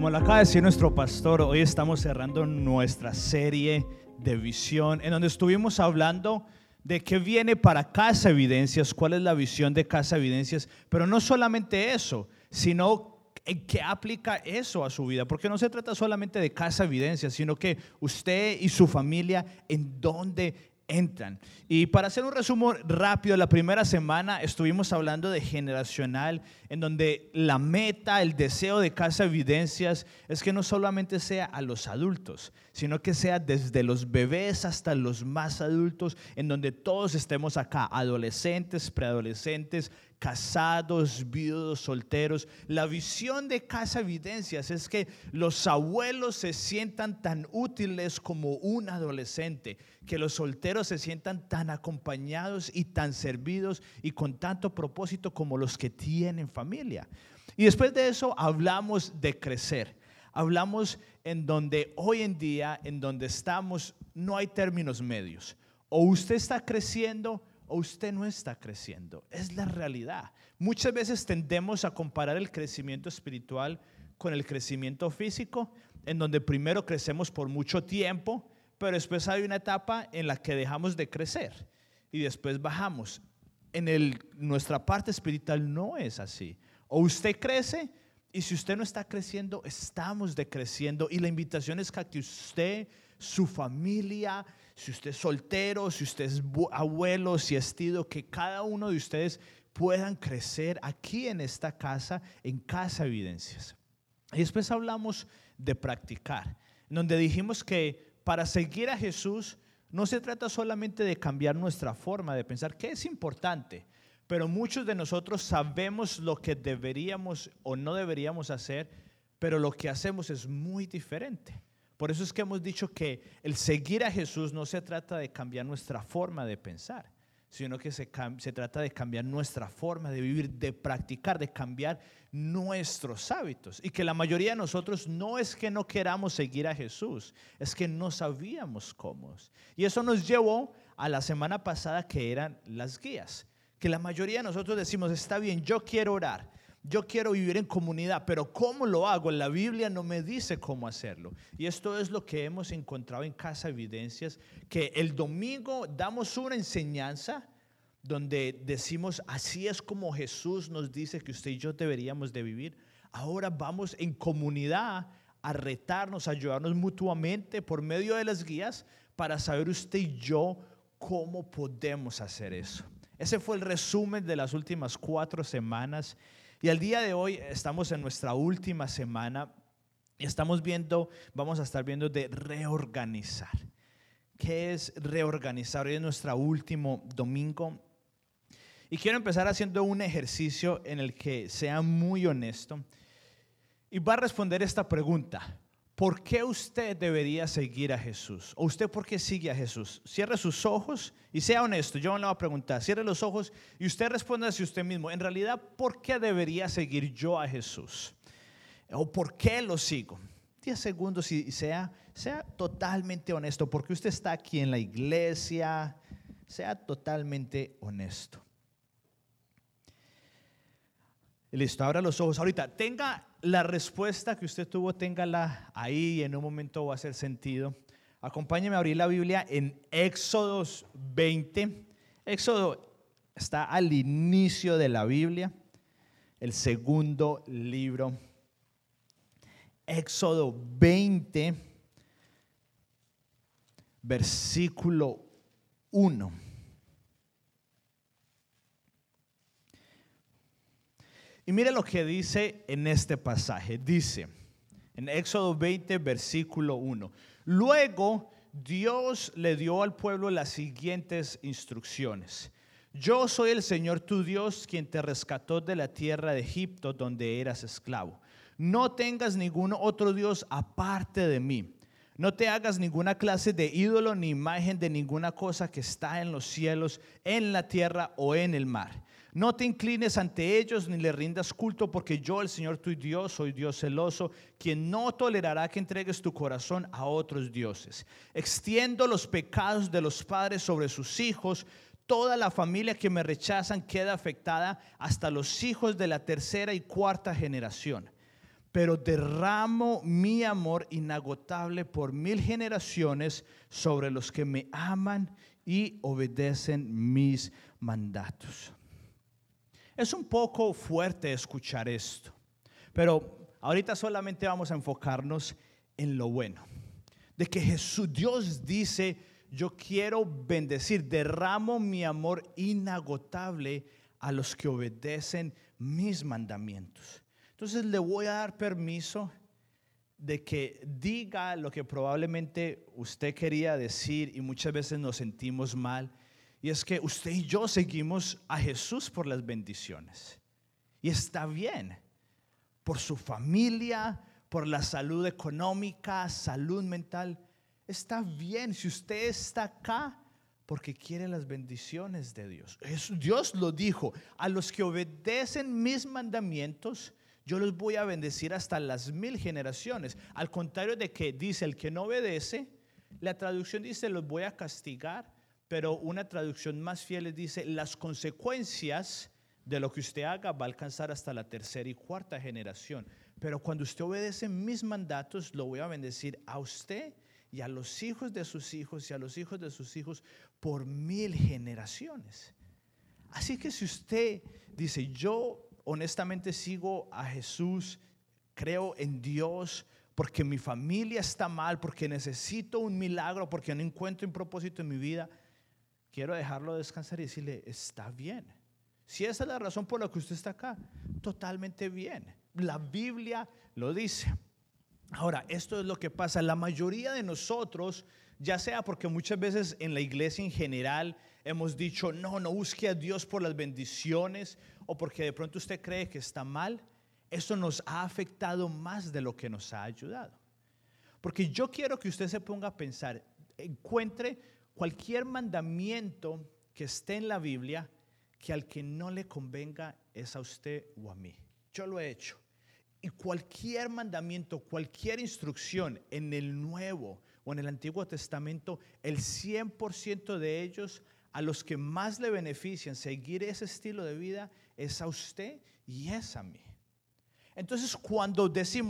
Como lo acaba de decir nuestro pastor, hoy estamos cerrando nuestra serie de visión, en donde estuvimos hablando de qué viene para Casa Evidencias, cuál es la visión de Casa Evidencias, pero no solamente eso, sino en qué aplica eso a su vida, porque no se trata solamente de Casa Evidencias, sino que usted y su familia en dónde entran. Y para hacer un resumen rápido, la primera semana estuvimos hablando de generacional, en donde la meta, el deseo de Casa Evidencias es que no solamente sea a los adultos, sino que sea desde los bebés hasta los más adultos, en donde todos estemos acá, adolescentes, preadolescentes, casados, viudos, solteros. La visión de Casa Evidencias es que los abuelos se sientan tan útiles como un adolescente, que los solteros se sientan tan acompañados y tan servidos y con tanto propósito como los que tienen familia. Y después de eso hablamos de crecer. Hablamos en donde hoy en día, en donde estamos, no hay términos medios. O usted está creciendo o usted no está creciendo. Es la realidad. Muchas veces tendemos a comparar el crecimiento espiritual con el crecimiento físico, en donde primero crecemos por mucho tiempo, pero después hay una etapa en la que dejamos de crecer y después bajamos. Nuestra parte espiritual no es así. O usted crece, y si usted no está creciendo, estamos decreciendo. Y la invitación es que usted, su familia, si usted es soltero, si usted es abuelo, si es tío, que cada uno de ustedes puedan crecer aquí en esta casa, en Casa Evidencias. Y después hablamos de practicar, donde dijimos que para seguir a Jesús no se trata solamente de cambiar nuestra forma de pensar, que es importante, pero muchos de nosotros sabemos lo que deberíamos o no deberíamos hacer, pero lo que hacemos es muy diferente. Por eso es que hemos dicho que el seguir a Jesús no se trata de cambiar nuestra forma de pensar, sino que se trata de cambiar nuestra forma de vivir, de practicar, de cambiar nuestros hábitos. Y que la mayoría de nosotros no es que no queramos seguir a Jesús, es que no sabíamos cómo. Y eso nos llevó a la semana pasada, que eran las guías. Que la mayoría de nosotros decimos, está bien, yo quiero orar, yo quiero vivir en comunidad, pero ¿cómo lo hago? La Biblia no me dice cómo hacerlo. Y esto es lo que hemos encontrado en Casa Evidencias, que el domingo damos una enseñanza donde decimos, así es como Jesús nos dice que usted y yo deberíamos de vivir. Ahora vamos en comunidad a retarnos, a ayudarnos mutuamente por medio de las guías para saber usted y yo cómo podemos hacer eso. Ese fue el resumen de las últimas 4 semanas. Y al día de hoy estamos en nuestra última semana y vamos a estar viendo de reorganizar. ¿Qué es reorganizar? Hoy es nuestro último domingo. Y quiero empezar haciendo un ejercicio en el que sea muy honesto y va a responder esta pregunta. ¿Por qué usted debería seguir a Jesús? ¿O usted por qué sigue a Jesús? Cierre sus ojos y sea honesto. Yo no le voy a preguntar. Cierre los ojos y usted responda hacia usted mismo. En realidad, ¿por qué debería seguir yo a Jesús? ¿O por qué lo sigo? 10 segundos y sea totalmente honesto. ¿Por qué usted está aquí en la iglesia? Sea totalmente honesto. Listo, abra los ojos. Ahorita, tenga la respuesta que usted tuvo, téngala ahí y en un momento va a hacer sentido. Acompáñeme a abrir la Biblia en Éxodo 20. Éxodo está al inicio de la Biblia, el segundo libro. Éxodo 20, versículo 1. Y mire lo que dice en este pasaje. Dice en Éxodo 20, versículo 1. Luego Dios le dio al pueblo las siguientes instrucciones. Yo soy el Señor tu Dios, quien te rescató de la tierra de Egipto, donde eras esclavo. No tengas ningún otro Dios aparte de mí. No te hagas ninguna clase de ídolo ni imagen de ninguna cosa que está en los cielos, en la tierra o en el mar. No te inclines ante ellos ni le rindas culto, porque yo, el Señor tu Dios, soy Dios celoso, quien no tolerará que entregues tu corazón a otros dioses. Extiendo los pecados de los padres sobre sus hijos. Toda la familia que me rechazan queda afectada hasta los hijos de la tercera y cuarta generación. pero derramo mi amor inagotable por 1000 generaciones sobre los que me aman y obedecen mis mandatos. Es un poco fuerte escuchar esto, pero ahorita solamente vamos a enfocarnos en lo bueno. De que Dios dice, yo quiero bendecir, derramo mi amor inagotable a los que obedecen mis mandamientos. Entonces le voy a dar permiso de que diga lo que probablemente usted quería decir y muchas veces nos sentimos mal. Y es que usted y yo seguimos a Jesús por las bendiciones. Y está bien, por su familia, por la salud económica, salud mental. Está bien si usted está acá porque quiere las bendiciones de Dios. Dios lo dijo, a los que obedecen mis mandamientos, yo los voy a bendecir hasta las 1000 generaciones. Al contrario de que dice el que no obedece, la traducción dice los voy a castigar, pero una traducción más fiel dice las consecuencias de lo que usted haga va a alcanzar hasta la 3ª y 4ª generación. Pero cuando usted obedece mis mandatos, lo voy a bendecir a usted y a los hijos de sus hijos y a los hijos de sus hijos por 1000 generaciones. Así que si usted dice, yo honestamente sigo a Jesús, creo en Dios, porque mi familia está mal, porque necesito un milagro, porque no encuentro un propósito en mi vida, quiero dejarlo descansar y decirle, está bien. Si esa es la razón por la que usted está acá, totalmente bien. La Biblia lo dice. Ahora, esto es lo que pasa. La mayoría de nosotros, ya sea porque muchas veces en la iglesia en general hemos dicho, no busque a Dios por las bendiciones, o porque de pronto usted cree que está mal, eso nos ha afectado más de lo que nos ha ayudado. Porque yo quiero que usted se ponga a pensar, encuentre cualquier mandamiento que esté en la Biblia que al que no le convenga es a usted o a mí. Yo lo he hecho. Y cualquier mandamiento, cualquier instrucción en el Nuevo o en el Antiguo Testamento, el 100% de ellos, a los que más le benefician seguir ese estilo de vida, es a usted y es a mí. Entonces cuando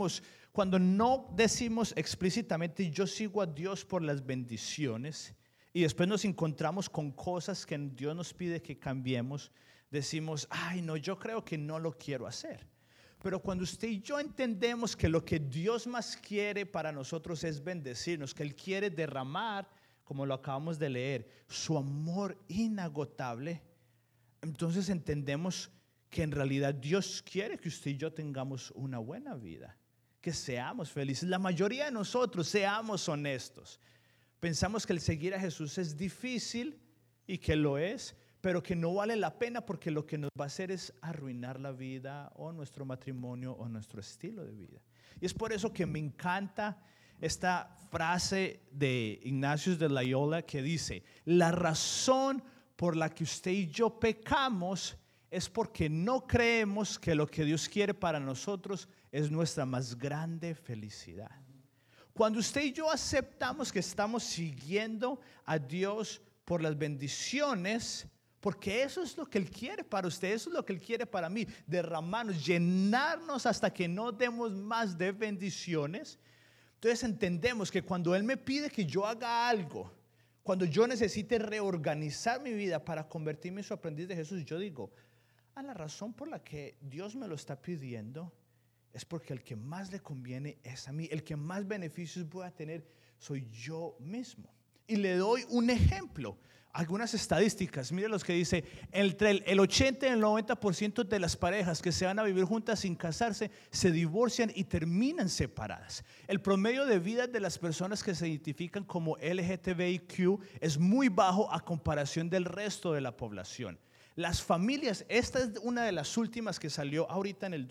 no decimos explícitamente yo sigo a Dios por las bendiciones y después nos encontramos con cosas que Dios nos pide que cambiemos, decimos, ay no, yo creo que no lo quiero hacer. Pero cuando usted y yo entendemos que lo que Dios más quiere para nosotros es bendecirnos, que Él quiere derramar, como lo acabamos de leer, su amor inagotable, entonces entendemos que en realidad Dios quiere que usted y yo tengamos una buena vida, que seamos felices. La mayoría de nosotros, seamos honestos, pensamos que el seguir a Jesús es difícil y que lo es, pero que no vale la pena porque lo que nos va a hacer es arruinar la vida o nuestro matrimonio o nuestro estilo de vida. Y es por eso que me encanta esta frase de Ignacio de Loyola que dice, la razón por la que usted y yo pecamos es porque no creemos que lo que Dios quiere para nosotros es nuestra más grande felicidad. Cuando usted y yo aceptamos que estamos siguiendo a Dios por las bendiciones, porque eso es lo que Él quiere para usted, eso es lo que Él quiere para mí, derramarnos, llenarnos hasta que no demos más de bendiciones. Entonces entendemos que cuando Él me pide que yo haga algo, cuando yo necesite reorganizar mi vida para convertirme en su aprendiz de Jesús, yo digo, la razón por la que Dios me lo está pidiendo es porque el que más le conviene es a mí, el que más beneficios voy a tener soy yo mismo. Y le doy un ejemplo, algunas estadísticas. Mire los que dice, entre el 80 y el 90% de las parejas que se van a vivir juntas sin casarse se divorcian y terminan separadas. El promedio de vida de las personas que se identifican como LGTBIQ es muy bajo a comparación del resto de la población. Las familias, esta es una de las últimas que salió ahorita en el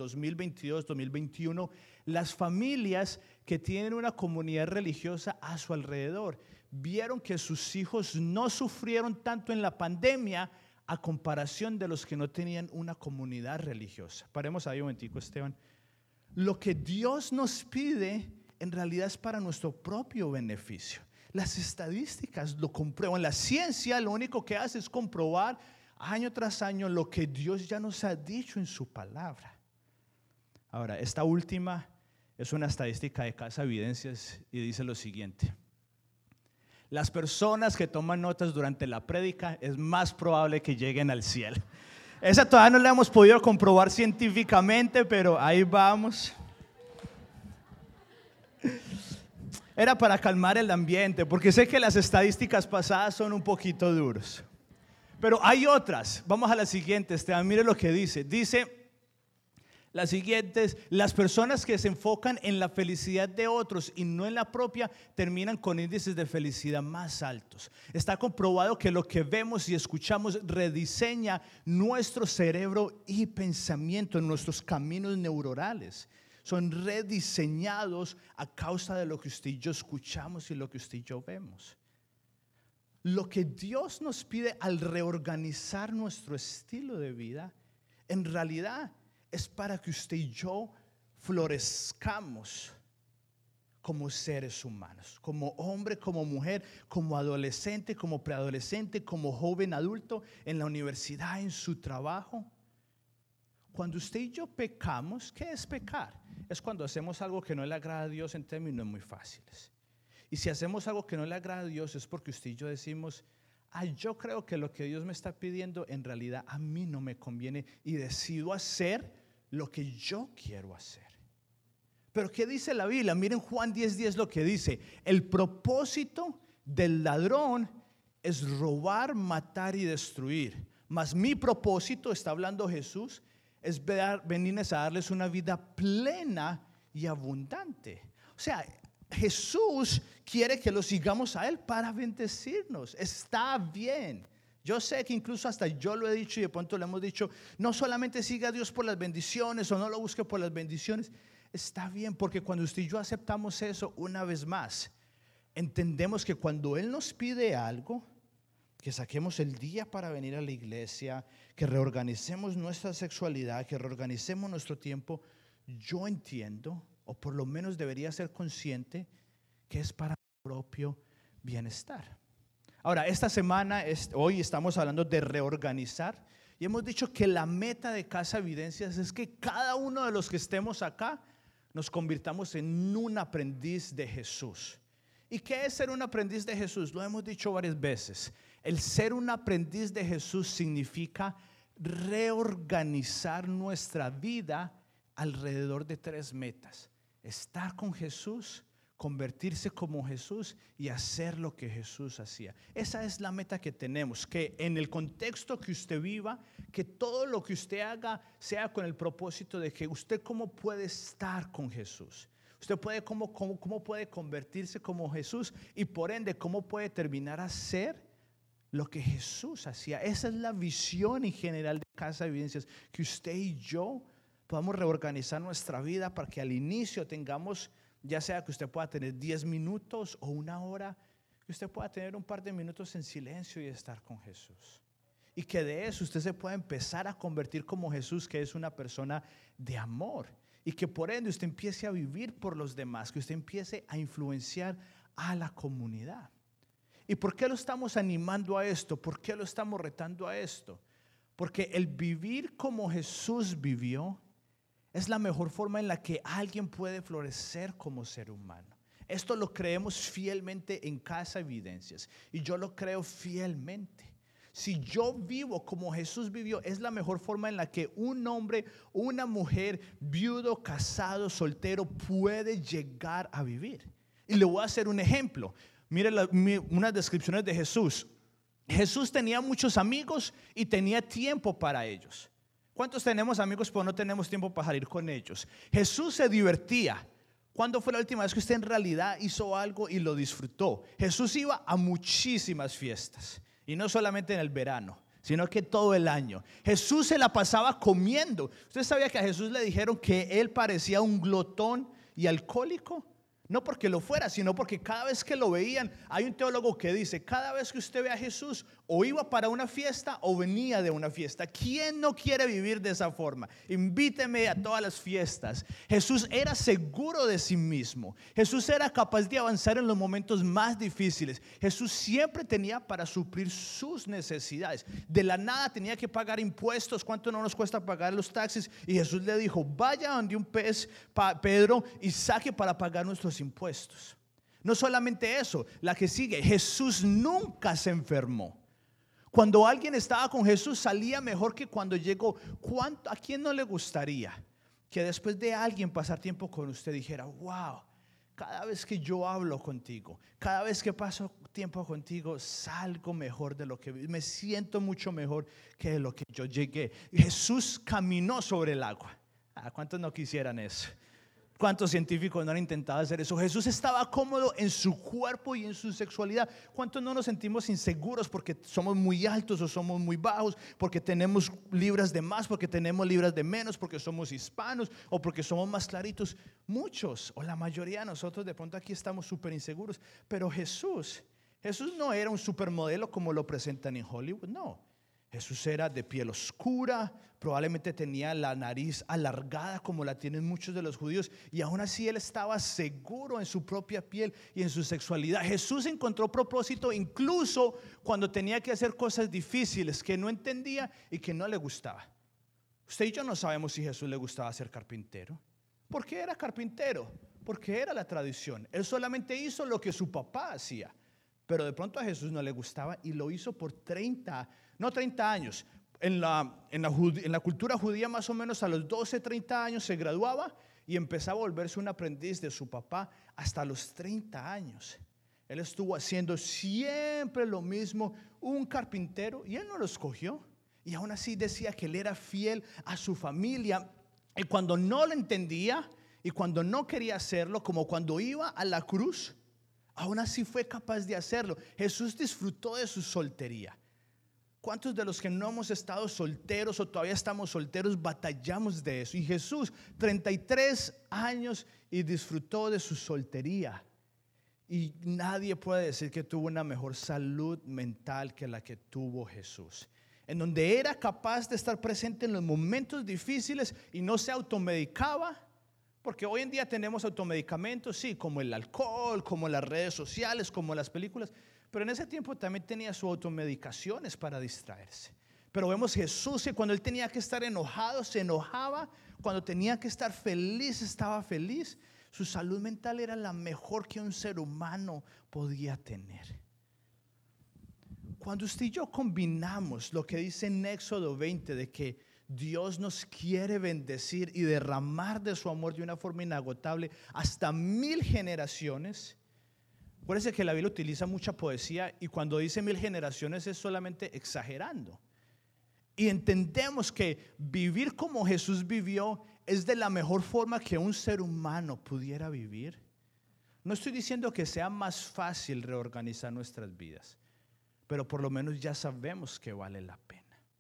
2022-2021, las familias que tienen una comunidad religiosa a su alrededor vieron que sus hijos no sufrieron tanto en la pandemia a comparación de los que no tenían una comunidad religiosa. Paremos ahí un momentico, Esteban. Lo que Dios nos pide en realidad es para nuestro propio beneficio. Las estadísticas lo comprueban. La ciencia lo único que hace es comprobar año tras año lo que Dios ya nos ha dicho en su palabra. Ahora, esta última Es una estadística de Casa Evidencias y dice lo siguiente: las personas que toman notas durante la prédica es más probable que lleguen al cielo. Esa todavía no la hemos podido comprobar científicamente, pero ahí vamos. Era para calmar el ambiente, porque sé que las estadísticas pasadas son un poquito duros. Pero hay otras. Vamos a la siguiente, Esteban. Mire lo que dice. Dice las siguientes: las personas que se enfocan en la felicidad de otros y no en la propia terminan con índices de felicidad más altos. Está comprobado que lo que vemos y escuchamos rediseña nuestro cerebro y pensamiento, nuestros caminos neuronales. Son rediseñados a causa de lo que usted y yo escuchamos y lo que usted y yo vemos. Lo que Dios nos pide al reorganizar nuestro estilo de vida, en realidad es para que usted y yo florezcamos como seres humanos, como hombre, como mujer, como adolescente, como preadolescente, como joven adulto, en la universidad, en su trabajo. Cuando usted y yo pecamos, ¿qué es pecar? Es cuando hacemos algo que no le agrada a Dios en términos muy fáciles. Y si hacemos algo que no le agrada a Dios es porque usted y yo decimos: yo creo que lo que Dios me está pidiendo en realidad a mí no me conviene, y decido hacer lo que yo quiero hacer. Pero ¿qué dice la Biblia? Miren Juan 10:10 lo que dice: el propósito del ladrón es robar, matar y destruir. Mas mi propósito, está hablando Jesús, es venirles a darles una vida plena y abundante. O sea, Jesús quiere que lo sigamos a Él para bendecirnos. Está bien. Yo sé que incluso hasta yo lo he dicho y de pronto le hemos dicho: no solamente siga a Dios por las bendiciones o no lo busque por las bendiciones. Está bien, porque cuando usted y yo aceptamos eso, una vez más, entendemos que cuando Él nos pide algo, que saquemos el día para venir a la iglesia, que reorganicemos nuestra sexualidad, que reorganicemos nuestro tiempo, yo entiendo, o por lo menos debería ser consciente, que es para mi propio bienestar. Ahora, esta semana, hoy estamos hablando de reorganizar, y hemos dicho que la meta de Casa Evidencias es que cada uno de los que estemos acá nos convirtamos en un aprendiz de Jesús. ¿Y qué es ser un aprendiz de Jesús? Lo hemos dicho varias veces. El ser un aprendiz de Jesús significa reorganizar nuestra vida alrededor de 3 metas: estar con Jesús, convertirse como Jesús y hacer lo que Jesús hacía. Esa es la meta que tenemos, que en el contexto que usted viva, que todo lo que usted haga sea con el propósito de que usted cómo puede estar con Jesús. Usted puede cómo puede convertirse como Jesús, y por ende cómo puede terminar a ser lo que Jesús hacía. Esa es la visión en general de Casa Evidencias, que usted y yo podamos reorganizar nuestra vida para que al inicio tengamos, ya sea que usted pueda tener 10 minutos o 1 hora, que usted pueda tener un par de minutos en silencio y estar con Jesús. Y que de eso usted se pueda empezar a convertir como Jesús, que es una persona de amor. Y que por ende usted empiece a vivir por los demás, que usted empiece a influenciar a la comunidad. ¿Y por qué lo estamos animando a esto? ¿Por qué lo estamos retando a esto? Porque el vivir como Jesús vivió es la mejor forma en la que alguien puede florecer como ser humano. Esto lo creemos fielmente en Casa Evidencias, y yo lo creo fielmente. Si yo vivo como Jesús vivió, es la mejor forma en la que un hombre, una mujer, viudo, casado, soltero, puede llegar a vivir. Y le voy a hacer un ejemplo. Mire unas descripciones de Jesús. Jesús tenía muchos amigos y tenía tiempo para ellos. ¿Cuántos tenemos amigos pero no tenemos tiempo para salir con ellos? Jesús se divertía. ¿Cuándo fue la última vez que usted en realidad hizo algo y lo disfrutó? Jesús iba a muchísimas fiestas, y no solamente en el verano, sino que todo el año. Jesús se la pasaba comiendo. ¿Usted sabía que a Jesús le dijeron que él parecía un glotón y alcohólico? No porque lo fuera, sino porque cada vez que lo veían, hay un teólogo que dice: cada vez que usted ve a Jesús, O iba para una fiesta o venía de una fiesta. ¿Quién no quiere vivir de esa forma? Invíteme a todas las fiestas. Jesús era seguro de sí mismo. Jesús era capaz de avanzar en los momentos más difíciles. Jesús siempre tenía para suplir sus necesidades. De la nada tenía que pagar impuestos. ¿Cuánto no nos cuesta pagar los taxis? Y Jesús le dijo: vaya donde un pez, Pedro, y saque para pagar nuestros impuestos. No solamente eso, la que sigue: Jesús nunca se enfermó. Cuando alguien estaba con Jesús salía mejor que cuando llegó. ¿A quién no le gustaría que después de alguien pasar tiempo con usted dijera: wow, cada vez que yo hablo contigo, cada vez que paso tiempo contigo, salgo mejor de lo que me siento mucho mejor que de lo que yo llegué? Jesús caminó sobre el agua. ¿Cuántos no quisieran eso? ¿Cuántos científicos no han intentado hacer eso? Jesús estaba cómodo en su cuerpo y en su sexualidad. ¿Cuántos no nos sentimos inseguros porque somos muy altos o somos muy bajos? Porque tenemos libras de más, porque tenemos libras de menos, porque somos hispanos o porque somos más claritos. Muchos o la mayoría de nosotros de pronto aquí estamos súper inseguros. Pero Jesús no era un supermodelo como lo presentan en Hollywood, no. Jesús era de piel oscura, probablemente tenía la nariz alargada como la tienen muchos de los judíos, y aún así él estaba seguro en su propia piel y en su sexualidad. Jesús encontró propósito incluso cuando tenía que hacer cosas difíciles que no entendía y que no le gustaba. Usted y yo no sabemos si a Jesús le gustaba ser carpintero. ¿Por qué era carpintero? Porque era la tradición. Él solamente hizo lo que su papá hacía. Pero de pronto a Jesús no le gustaba y lo hizo por 30 años. En la cultura judía, más o menos a los 12, 30 años se graduaba y empezaba a volverse un aprendiz de su papá hasta los 30 años. Él estuvo haciendo siempre lo mismo, un carpintero, y él no lo escogió. Y aún así decía que él era fiel a su familia. Y cuando no lo entendía y cuando no quería hacerlo, como cuando iba a la cruz, aún así fue capaz de hacerlo. Jesús disfrutó de su soltería. ¿Cuántos de los que no hemos estado solteros o todavía estamos solteros batallamos de eso? Y Jesús, 33 años y disfrutó de su soltería. Y nadie puede decir que tuvo una mejor salud mental que la que tuvo Jesús. En donde era capaz de estar presente en los momentos difíciles y no se automedicaba. Porque hoy en día tenemos automedicamentos, sí, como el alcohol, como las redes sociales, como las películas. Pero en ese tiempo también tenía sus automedicaciones para distraerse. Pero vemos Jesús que cuando él tenía que estar enojado, se enojaba. Cuando tenía que estar feliz, estaba feliz. Su salud mental era la mejor que un ser humano podía tener. Cuando usted y yo combinamos lo que dice en Éxodo 20 de que Dios nos quiere bendecir y derramar de su amor de una forma inagotable hasta 1000 generaciones. Acuérdense que la Biblia utiliza mucha poesía y cuando dice 1000 generaciones es solamente exagerando. Y entendemos que vivir como Jesús vivió es de la mejor forma que un ser humano pudiera vivir. No estoy diciendo que sea más fácil reorganizar nuestras vidas, pero por lo menos ya sabemos que vale la pena.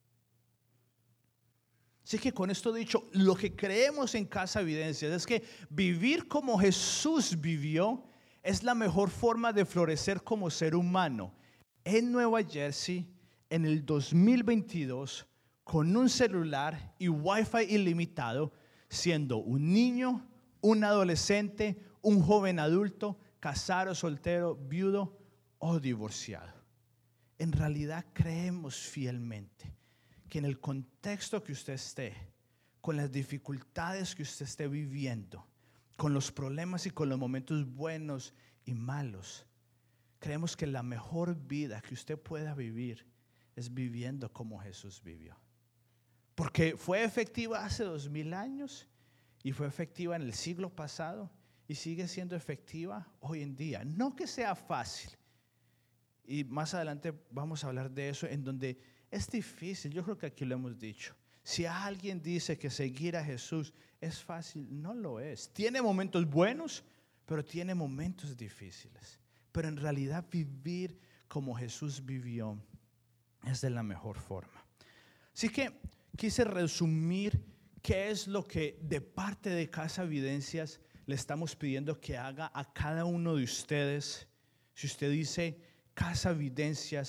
Así que con esto dicho, lo que creemos en Casa Evidencias es que vivir como Jesús vivió es la mejor forma de florecer como ser humano en Nueva Jersey en el 2022 con un celular y wifi ilimitado, siendo un niño, un adolescente, un joven adulto, casado, soltero, viudo o divorciado. En realidad creemos fielmente que en el contexto que usted esté, con las dificultades que usted esté viviendo, con los problemas y con los momentos buenos y malos, creemos que la mejor vida que usted pueda vivir es viviendo como Jesús vivió. Porque fue efectiva hace 2000 años y fue efectiva en el siglo pasado y sigue siendo efectiva hoy en día. No que sea fácil, y más adelante vamos a hablar de eso, en donde es difícil. Yo creo que aquí lo hemos dicho. Si alguien dice que seguir a Jesús es fácil, no lo es. Tiene momentos buenos, pero tiene momentos difíciles. Pero en realidad vivir como Jesús vivió es de la mejor forma. Así que quise resumir qué es lo que de parte de Casa Evidencias le estamos pidiendo que haga a cada uno de ustedes. Si usted dice Casa Evidencias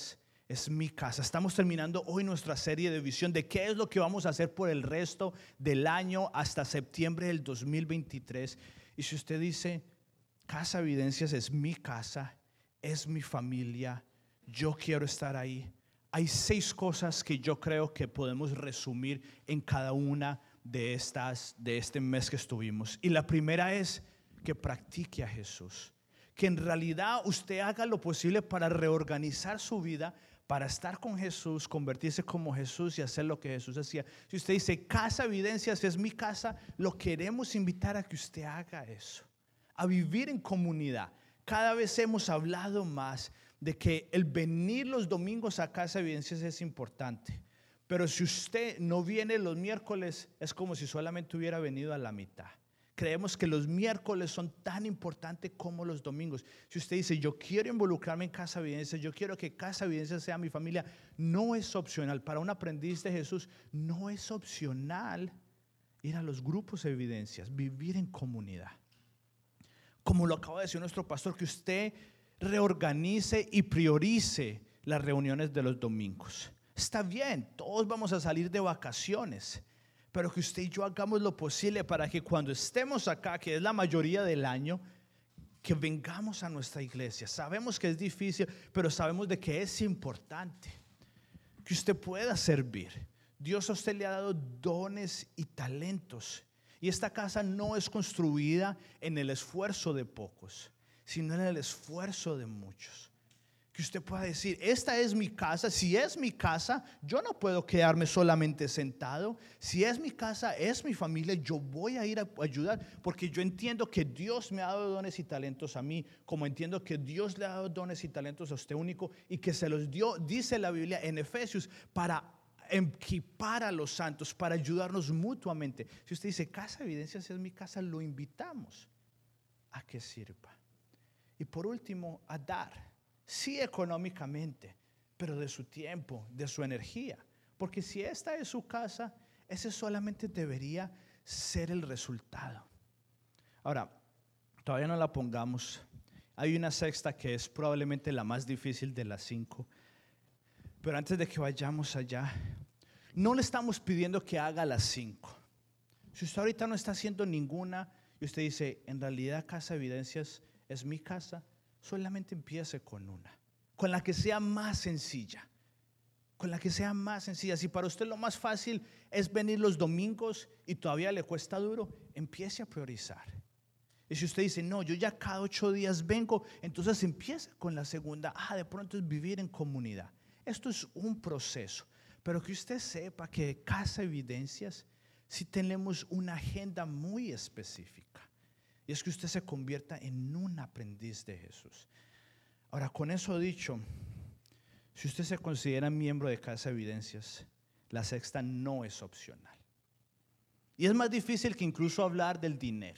es mi casa. Estamos terminando hoy nuestra serie de visión de qué es lo que vamos a hacer por el resto del año hasta septiembre del 2023. Y si usted dice, Casa Evidencias es mi casa, es mi familia, yo quiero estar ahí. Hay 6 cosas que yo creo que podemos resumir en cada una de este mes que estuvimos. Y la primera es que practique a Jesús. Que en realidad usted haga lo posible para reorganizar su vida, para estar con Jesús, convertirse como Jesús y hacer lo que Jesús hacía. Si usted dice, Casa Evidencias es mi casa, lo queremos invitar a que usted haga eso, a vivir en comunidad. Cada vez hemos hablado más de que el venir los domingos a Casa Evidencias es importante. Pero si usted no viene los miércoles, es como si solamente hubiera venido a la mitad. Creemos que los miércoles son tan importantes como los domingos. Si usted dice, yo quiero involucrarme en Casa Evidencias, yo quiero que Casa Evidencias sea mi familia, no es opcional. Para un aprendiz de Jesús, no es opcional ir a los grupos de evidencias, vivir en comunidad. Como lo acaba de decir nuestro pastor, que usted reorganice y priorice las reuniones de los domingos. Está bien, todos vamos a salir de vacaciones, pero que usted y yo hagamos lo posible para que cuando estemos acá, que es la mayoría del año, que vengamos a nuestra iglesia. Sabemos que es difícil, pero sabemos de que es importante que usted pueda servir. Dios a usted le ha dado dones y talentos, y esta casa no es construida en el esfuerzo de pocos, sino en el esfuerzo de muchos. Que usted pueda decir, esta es mi casa. Si es mi casa, yo no puedo quedarme solamente sentado. Si es mi casa, es mi familia, yo voy a ir a ayudar, porque yo entiendo que Dios me ha dado dones y talentos a mí, como entiendo que Dios le ha dado dones y talentos a usted único, y que se los dio, dice la Biblia en Efesios, para equipar a los santos, para ayudarnos mutuamente. Si usted dice, Casa Evidencias es mi casa, lo invitamos a que sirva. Y por último, a dar. Sí, económicamente, pero de su tiempo, de su energía. Porque si esta es su casa, ese solamente debería ser el resultado. Ahora, todavía no la pongamos. Hay una sexta que es probablemente la más difícil de las 5. Pero antes de que vayamos allá, no le estamos pidiendo que haga las 5. Si usted ahorita no está haciendo ninguna y usted dice, en realidad Casa Evidencias es mi casa, solamente empiece con una, con la que sea más sencilla, con la que sea más sencilla. Si para usted lo más fácil es venir los domingos y todavía le cuesta duro, empiece a priorizar. Y si usted dice, no, yo ya cada 8 días vengo, entonces empiece con la segunda. De pronto es vivir en comunidad. Esto es un proceso, pero que usted sepa que Casa Evidencias, si tenemos una agenda muy específica. Y es que usted se convierta en un aprendiz de Jesús. Ahora, con eso dicho, si usted se considera miembro de Casa Evidencias, la sexta no es opcional. Y es más difícil que incluso hablar del dinero.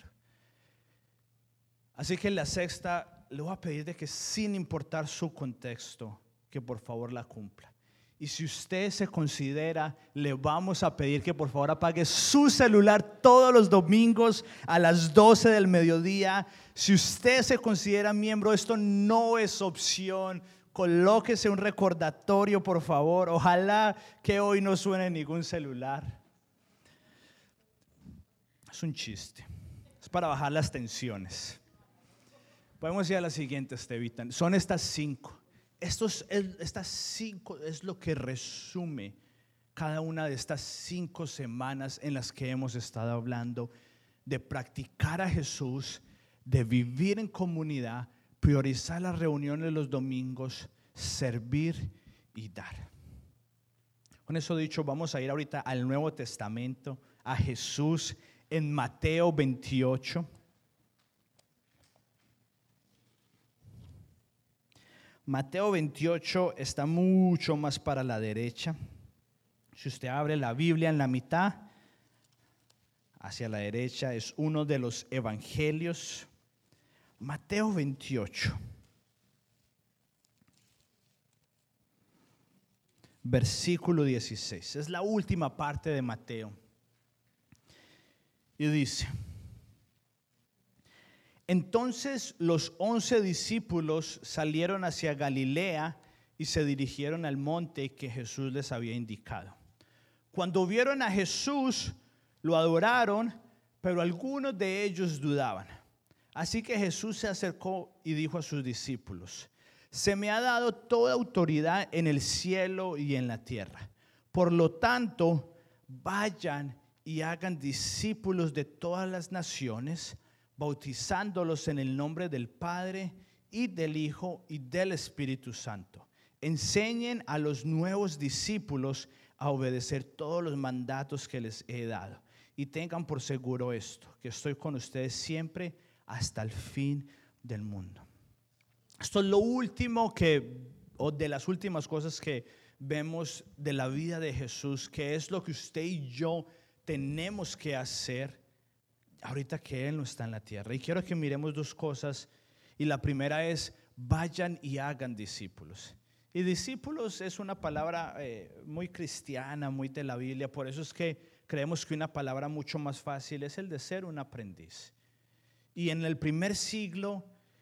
Así que la sexta le voy a pedir de que, sin importar su contexto, que por favor la cumpla. Y si usted se considera, le vamos a pedir que por favor apague su celular todos los domingos a las 12 del mediodía. Si usted se considera miembro, esto no es opción. Colóquese un recordatorio, por favor. Ojalá que hoy no suene ningún celular. Es un chiste. Es para bajar las tensiones. Podemos ir a la siguiente, Estevita. Son estas 5. Estas 5 es lo que resume cada una de estas 5 semanas en las que hemos estado hablando de practicar a Jesús, de vivir en comunidad, priorizar las reuniones los domingos, servir y dar. Con eso dicho, vamos a ir ahorita al Nuevo Testamento, a Jesús en Mateo 28. Mateo 28 está mucho más para la derecha. Si usted abre la Biblia en la mitad, hacia la derecha es uno de los evangelios. Mateo 28, versículo 16. Es la última parte de Mateo. Y dice: entonces los 11 discípulos salieron hacia Galilea, y se dirigieron al monte que Jesús les había indicado. Cuando vieron a Jesús, lo adoraron, pero algunos de ellos dudaban. Así que Jesús se acercó y dijo a sus discípulos: se me ha dado toda autoridad en el cielo y en la tierra. Por lo tanto, vayan y hagan discípulos de todas las naciones, bautizándolos en el nombre del Padre y del Hijo y del Espíritu Santo. Enseñen a los nuevos discípulos a obedecer todos los mandatos que les he dado. Y tengan por seguro esto, que estoy con ustedes siempre hasta el fin del mundo. Esto es lo último o de las últimas cosas que vemos de la vida de Jesús, que es lo que usted y yo tenemos que hacer ahorita que Él no está en la tierra. Y quiero que miremos dos cosas. Y la primera es: vayan y hagan discípulos. Y discípulos es una palabra muy cristiana, muy de la Biblia. Por eso es que creemos que una palabra mucho más fácil es el de ser un aprendiz. Y en el primer siglo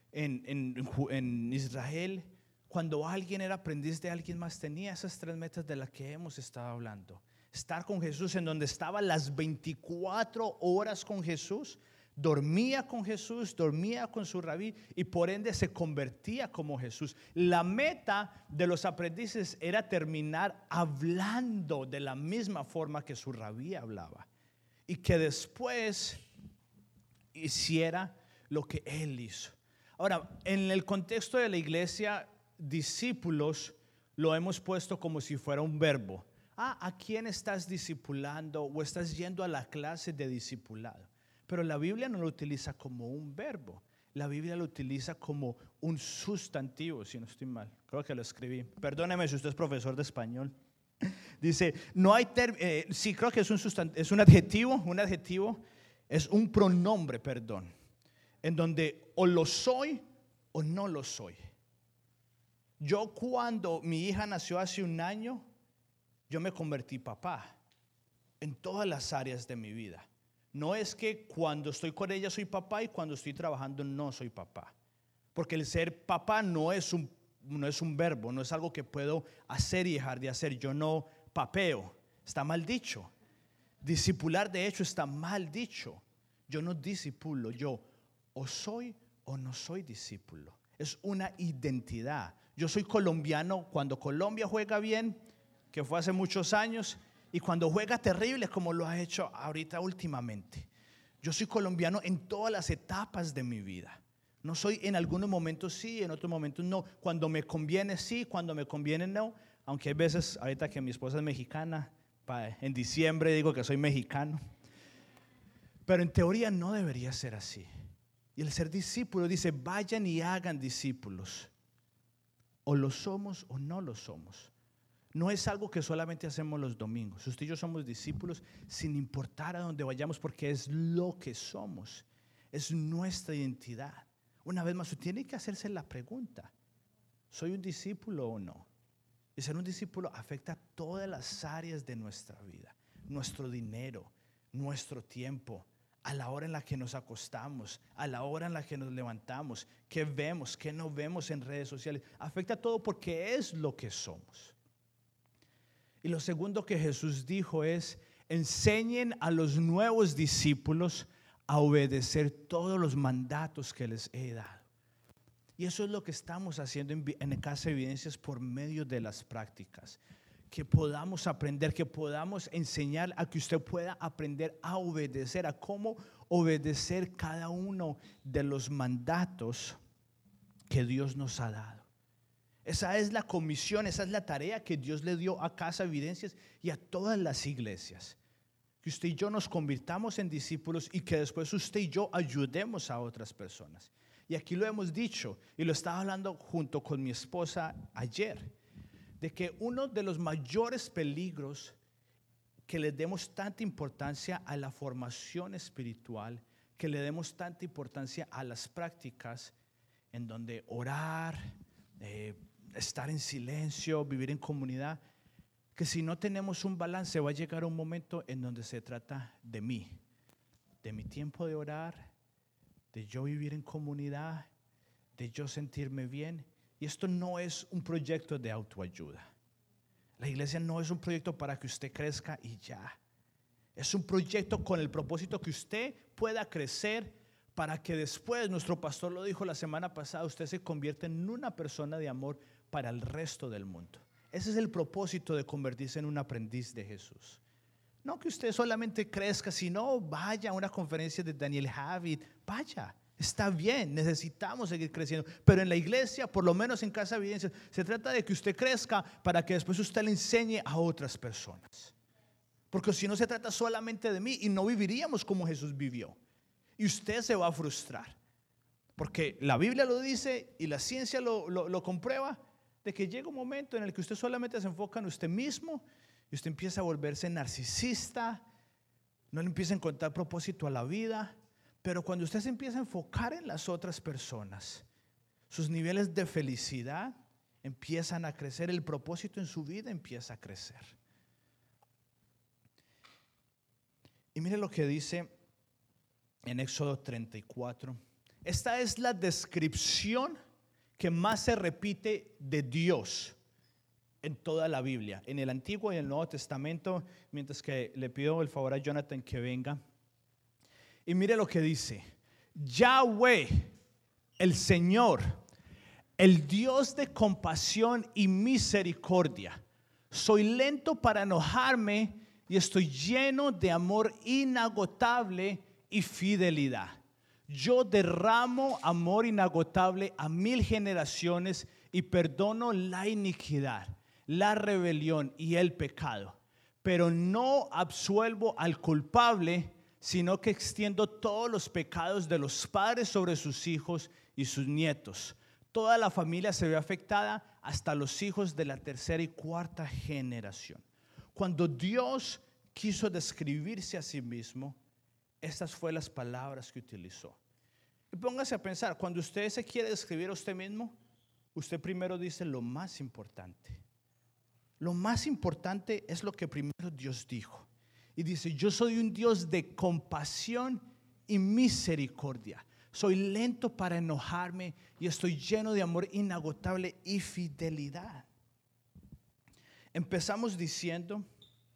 en Israel, cuando alguien era aprendiz de alguien más, tenía esas tres metas de las que hemos estado hablando. Estar con Jesús, en donde estaba las 24 horas con Jesús, dormía con Jesús, dormía con su rabí y por ende se convertía como Jesús. La meta de los aprendices era terminar hablando de la misma forma que su rabí hablaba y que después hiciera lo que él hizo. Ahora, en el contexto de la iglesia, discípulos lo hemos puesto como si fuera un verbo. ¿A quién estás discipulando o estás yendo a la clase de discipulado? Pero la Biblia no lo utiliza como un verbo. La Biblia lo utiliza como un sustantivo, si no estoy mal. Creo que lo escribí. Perdóneme si usted es profesor de español. Dice, no hay sí, creo que es un adjetivo, es un pronombre, perdón, en donde o lo soy o no lo soy. Yo, cuando mi hija nació hace un año, yo me convertí papá en todas las áreas de mi vida. No es que cuando estoy con ella soy papá y cuando estoy trabajando no soy papá. Porque el ser papá no es un verbo, no es algo que puedo hacer y dejar de hacer. Yo no papeo, está mal dicho. Discipular, de hecho, está mal dicho. Yo no discipulo, yo o soy o no soy discípulo. Es una identidad. Yo soy colombiano cuando Colombia juega bien, que fue hace muchos años, y cuando juega terrible, como lo ha hecho ahorita últimamente. Yo soy colombiano en todas las etapas de mi vida. No soy en algunos momentos sí, en otros momentos no. Cuando me conviene sí, cuando me conviene no. Aunque hay veces, ahorita que mi esposa es mexicana, en diciembre digo que soy mexicano. Pero en teoría no debería ser así. Y el ser discípulo dice, vayan y hagan discípulos. O lo somos o no lo somos. No es algo que solamente hacemos los domingos. Usted y yo somos discípulos sin importar a dónde vayamos, porque es lo que somos. Es nuestra identidad. Una vez más, usted tiene que hacerse la pregunta: ¿soy un discípulo o no? Y ser un discípulo afecta todas las áreas de nuestra vida. Nuestro dinero, nuestro tiempo, a la hora en la que nos acostamos, a la hora en la que nos levantamos, qué vemos, qué no vemos en redes sociales. Afecta todo porque es lo que somos. Y lo segundo que Jesús dijo es: enseñen a los nuevos discípulos a obedecer todos los mandatos que les he dado. Y eso es lo que estamos haciendo en Casa Evidencias por medio de las prácticas. Que podamos aprender, que podamos enseñar a que usted pueda aprender a obedecer, a cómo obedecer cada uno de los mandatos que Dios nos ha dado. Esa es la comisión, esa es la tarea que Dios le dio a Casa Evidencias y a todas las iglesias. Que usted y yo nos convirtamos en discípulos y que después usted y yo ayudemos a otras personas. Y aquí lo hemos dicho y lo estaba hablando junto con mi esposa ayer, de que uno de los mayores peligros que le demos tanta importancia a la formación espiritual, que le demos tanta importancia a las prácticas en donde orar, estar en silencio, vivir en comunidad, que si no tenemos un balance va a llegar un momento en donde se trata de mí, de mi tiempo de orar, de yo vivir en comunidad, de yo sentirme bien. Y Y esto no es un proyecto de autoayuda. La iglesia no es un proyecto para que usted crezca y ya. Es un proyecto con el propósito que usted pueda crecer para que después, nuestro pastor lo dijo la semana pasada, usted se convierta en una persona de amor para el resto del mundo. Ese es el propósito de convertirse en un aprendiz de Jesús. No que usted solamente crezca, sino vaya a una conferencia de Daniel Javid, vaya. Está bien, necesitamos seguir creciendo, pero en la iglesia, por lo menos en Casa Evidencias, se trata de que usted crezca para que después usted le enseñe a otras personas. Porque si no, se trata solamente de mí y no viviríamos como Jesús vivió. Y usted se va a frustrar, porque la Biblia lo dice y la ciencia lo comprueba, de que llega un momento en el que usted solamente se enfoca en usted mismo y usted empieza a volverse narcisista, no le empieza a encontrar propósito a la vida. Pero cuando usted se empieza a enfocar en las otras personas, sus niveles de felicidad empiezan a crecer, el propósito en su vida empieza a crecer. Y mire lo que dice en Éxodo 34. Esta es la descripción que más se repite de Dios en toda la Biblia, en el Antiguo y el Nuevo Testamento, mientras que le pido el favor a Jonathan que venga. Y mire lo que dice: Yahweh, el Señor, el Dios de compasión y misericordia. Soy lento para enojarme y estoy lleno de amor inagotable y fidelidad. Yo derramo amor inagotable a 1000 generaciones y perdono la iniquidad, la rebelión y el pecado, pero no absuelvo al culpable, sino que extiendo todos los pecados de los padres sobre sus hijos y sus nietos. Toda la familia se ve afectada, hasta los hijos de la tercera y cuarta generación. Cuando Dios quiso describirse a sí mismo, estas fueron las palabras que utilizó. Y póngase a pensar, cuando usted se quiere describir a usted mismo, usted primero dice lo más importante. Lo más importante es lo que primero Dios dijo. Y dice: yo soy un Dios de compasión y misericordia. Soy lento para enojarme y estoy lleno de amor inagotable y fidelidad. Empezamos diciendo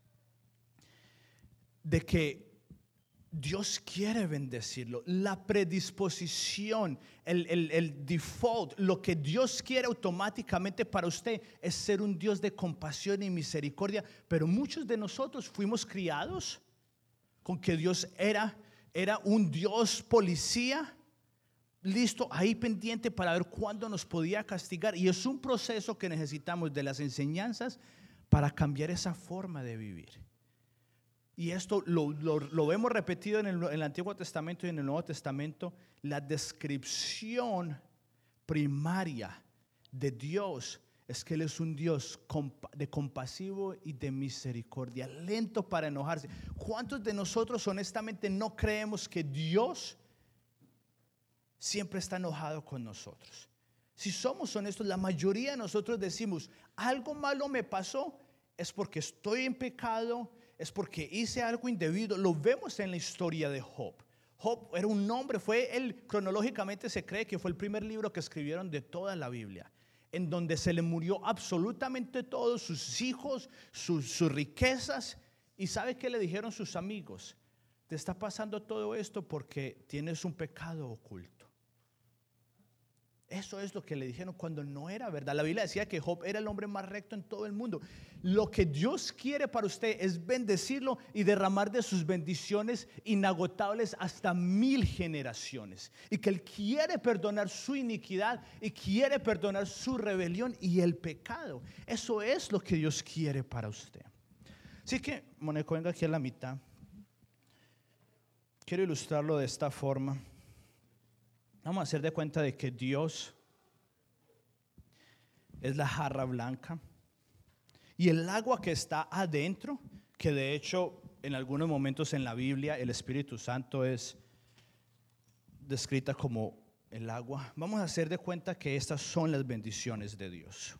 de que Dios quiere bendecirlo. La predisposición, el default, lo que Dios quiere automáticamente para usted es ser un Dios de compasión y misericordia. Pero muchos de nosotros fuimos criados con que Dios era un Dios policía, listo, ahí pendiente para ver cuándo nos podía castigar. Y es un proceso que necesitamos de las enseñanzas para cambiar esa forma de vivir. Y esto lo vemos repetido en el Antiguo Testamento y en el Nuevo Testamento. La descripción primaria de Dios es que Él es un Dios de compasivo y de misericordia, lento para enojarse. ¿Cuántos de nosotros honestamente no creemos que Dios siempre está enojado con nosotros? Si somos honestos, la mayoría de nosotros decimos: algo malo me pasó, es porque estoy en pecado, es porque hice algo indebido. Lo vemos en la historia de Job. Job era un hombre, cronológicamente se cree que fue el primer libro que escribieron de toda la Biblia, en donde se le murió absolutamente todo, sus hijos, sus riquezas. ¿Y sabe qué le dijeron sus amigos? Te está pasando todo esto porque tienes un pecado oculto. Eso es lo que le dijeron cuando no era verdad. La Biblia decía que Job era el hombre más recto en todo el mundo. Lo que Dios quiere para usted es bendecirlo y derramar de sus bendiciones inagotables hasta 1000 generaciones. Y que Él quiere perdonar su iniquidad y quiere perdonar su rebelión y el pecado. Eso es lo que Dios quiere para usted. Así que, Moneco, venga aquí a la mitad. Quiero ilustrarlo de esta forma. Vamos a hacer de cuenta de que Dios es la jarra blanca y el agua que está adentro, que de hecho en algunos momentos en la Biblia el Espíritu Santo es descrita como el agua. Vamos a hacer de cuenta que estas son las bendiciones de Dios.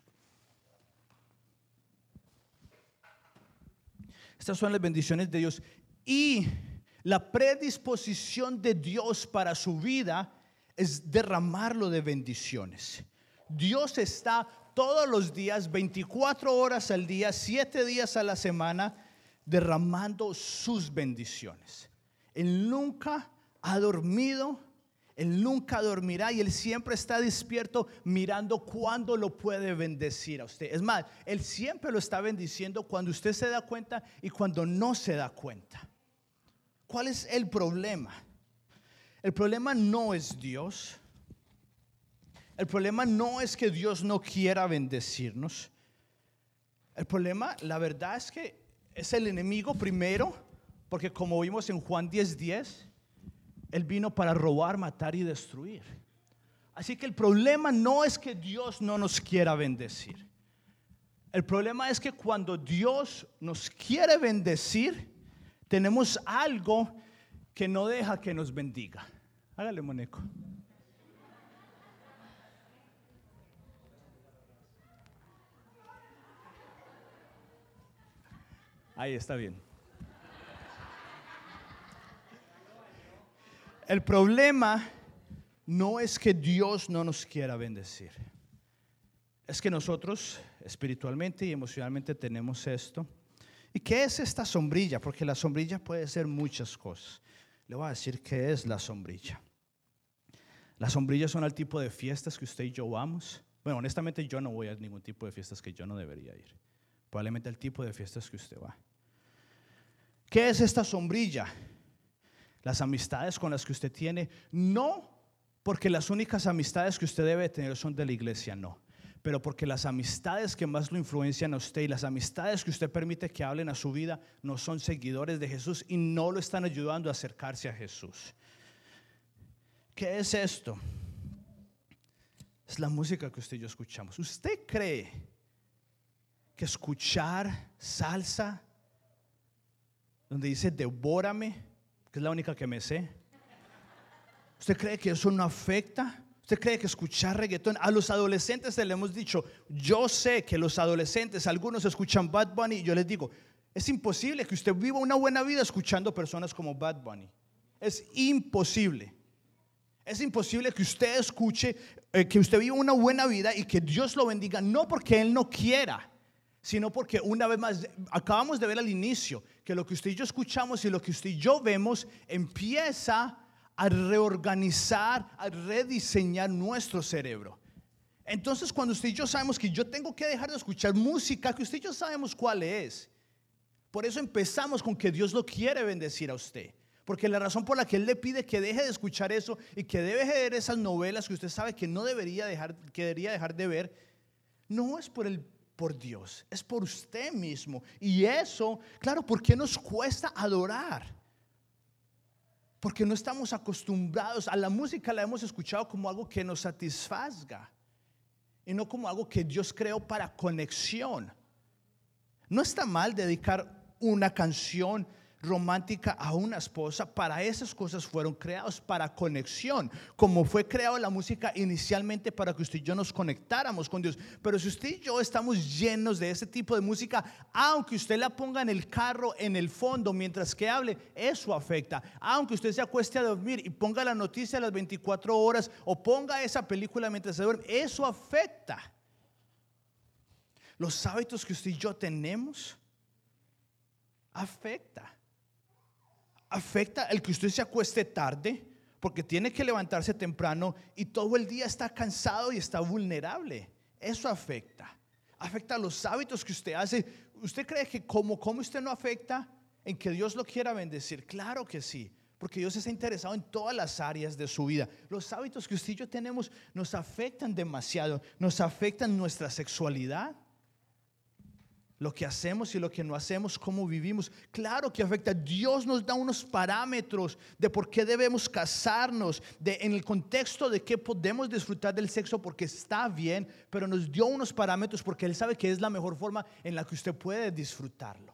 Estas son las bendiciones de Dios y la predisposición de Dios para su vida es derramarlo de bendiciones. Dios está todos los días, 24 horas al día, 7 días a la semana, derramando sus bendiciones. Él nunca ha dormido, Él nunca dormirá, y Él siempre está despierto mirando cuándo lo puede bendecir a usted. Es más, Él siempre lo está bendiciendo cuando usted se da cuenta y cuando no se da cuenta. ¿Cuál es el problema? El problema no es Dios. El problema no es que Dios no quiera bendecirnos. El problema, la verdad, es que es el enemigo primero, porque como vimos en Juan 10:10, Él vino para robar, matar y destruir. Así que el problema no es que Dios no nos quiera bendecir. El problema es que cuando Dios nos quiere bendecir, tenemos algo que no deja que nos bendiga. Hágale, Moneco. Ahí está bien. El problema no es que Dios no nos quiera bendecir. Es que nosotros espiritualmente y emocionalmente tenemos esto. ¿Y qué es esta sombrilla? Porque la sombrilla puede ser muchas cosas. Le voy a decir qué es la sombrilla. Las sombrillas son el tipo de fiestas que usted y yo vamos. Bueno, honestamente yo no voy a ningún tipo de fiestas que yo no debería ir. Probablemente el tipo de fiestas que usted va. ¿Qué es esta sombrilla? Las amistades con las que usted tiene, no porque las únicas amistades que usted debe tener son de la iglesia, no, pero porque las amistades que más lo influencian a usted y las amistades que usted permite que hablen a su vida no son seguidores de Jesús y no lo están ayudando a acercarse a Jesús. ¿Qué es esto? Es la música que usted y yo escuchamos. ¿Usted cree que escuchar salsa donde dice devórame, que es la única que me sé, usted cree que eso no afecta? ¿Usted cree que escuchar reggaetón? A los adolescentes le hemos dicho, yo sé que los adolescentes, algunos escuchan Bad Bunny, y yo les digo, es imposible que usted viva una buena vida escuchando personas como Bad Bunny. Es imposible. Es imposible que usted escuche, que usted viva una buena vida y que Dios lo bendiga, no porque Él no quiera, sino porque una vez más, acabamos de ver al inicio que lo que usted y yo escuchamos y lo que usted y yo vemos empieza a reorganizar, a rediseñar nuestro cerebro. Entonces cuando usted y yo sabemos que yo tengo que dejar de escuchar música que usted y yo sabemos cuál es, por eso empezamos con que Dios lo quiere bendecir a usted. Porque la razón por la que Él le pide que deje de escuchar eso y que deje de ver esas novelas que usted sabe que no debería dejar, que debería dejar de ver, no es por Dios, es por usted mismo. Y eso, claro, ¿por qué nos cuesta adorar? Porque no estamos acostumbrados a la música, la hemos escuchado como algo que nos satisfaga y no como algo que Dios creó para conexión. No está mal dedicar una canción romántica a una esposa. Para esas cosas fueron creados, para conexión, como fue creada la música inicialmente para que usted y yo nos conectáramos con Dios. Pero si usted y yo estamos llenos de ese tipo de música, aunque usted la ponga en el carro, en el fondo, mientras que hable, eso afecta. Aunque usted se acueste a dormir y ponga la noticia a las 24 horas o ponga esa película mientras se duerme, eso afecta. Los hábitos que usted y yo tenemos afecta el que usted se acueste tarde porque tiene que levantarse temprano y todo el día está cansado y está vulnerable. Eso afecta los hábitos que usted hace. ¿Usted cree que como usted no afecta en que Dios lo quiera bendecir? Claro que sí, porque Dios está interesado en todas las áreas de su vida. Los hábitos que usted y yo tenemos nos afectan demasiado, nos afectan nuestra sexualidad, lo que hacemos y lo que no hacemos, cómo vivimos. Claro que afecta. Dios nos da unos parámetros de por qué debemos casarnos, en el contexto de que podemos disfrutar del sexo porque está bien, pero nos dio unos parámetros porque Él sabe que es la mejor forma en la que usted puede disfrutarlo.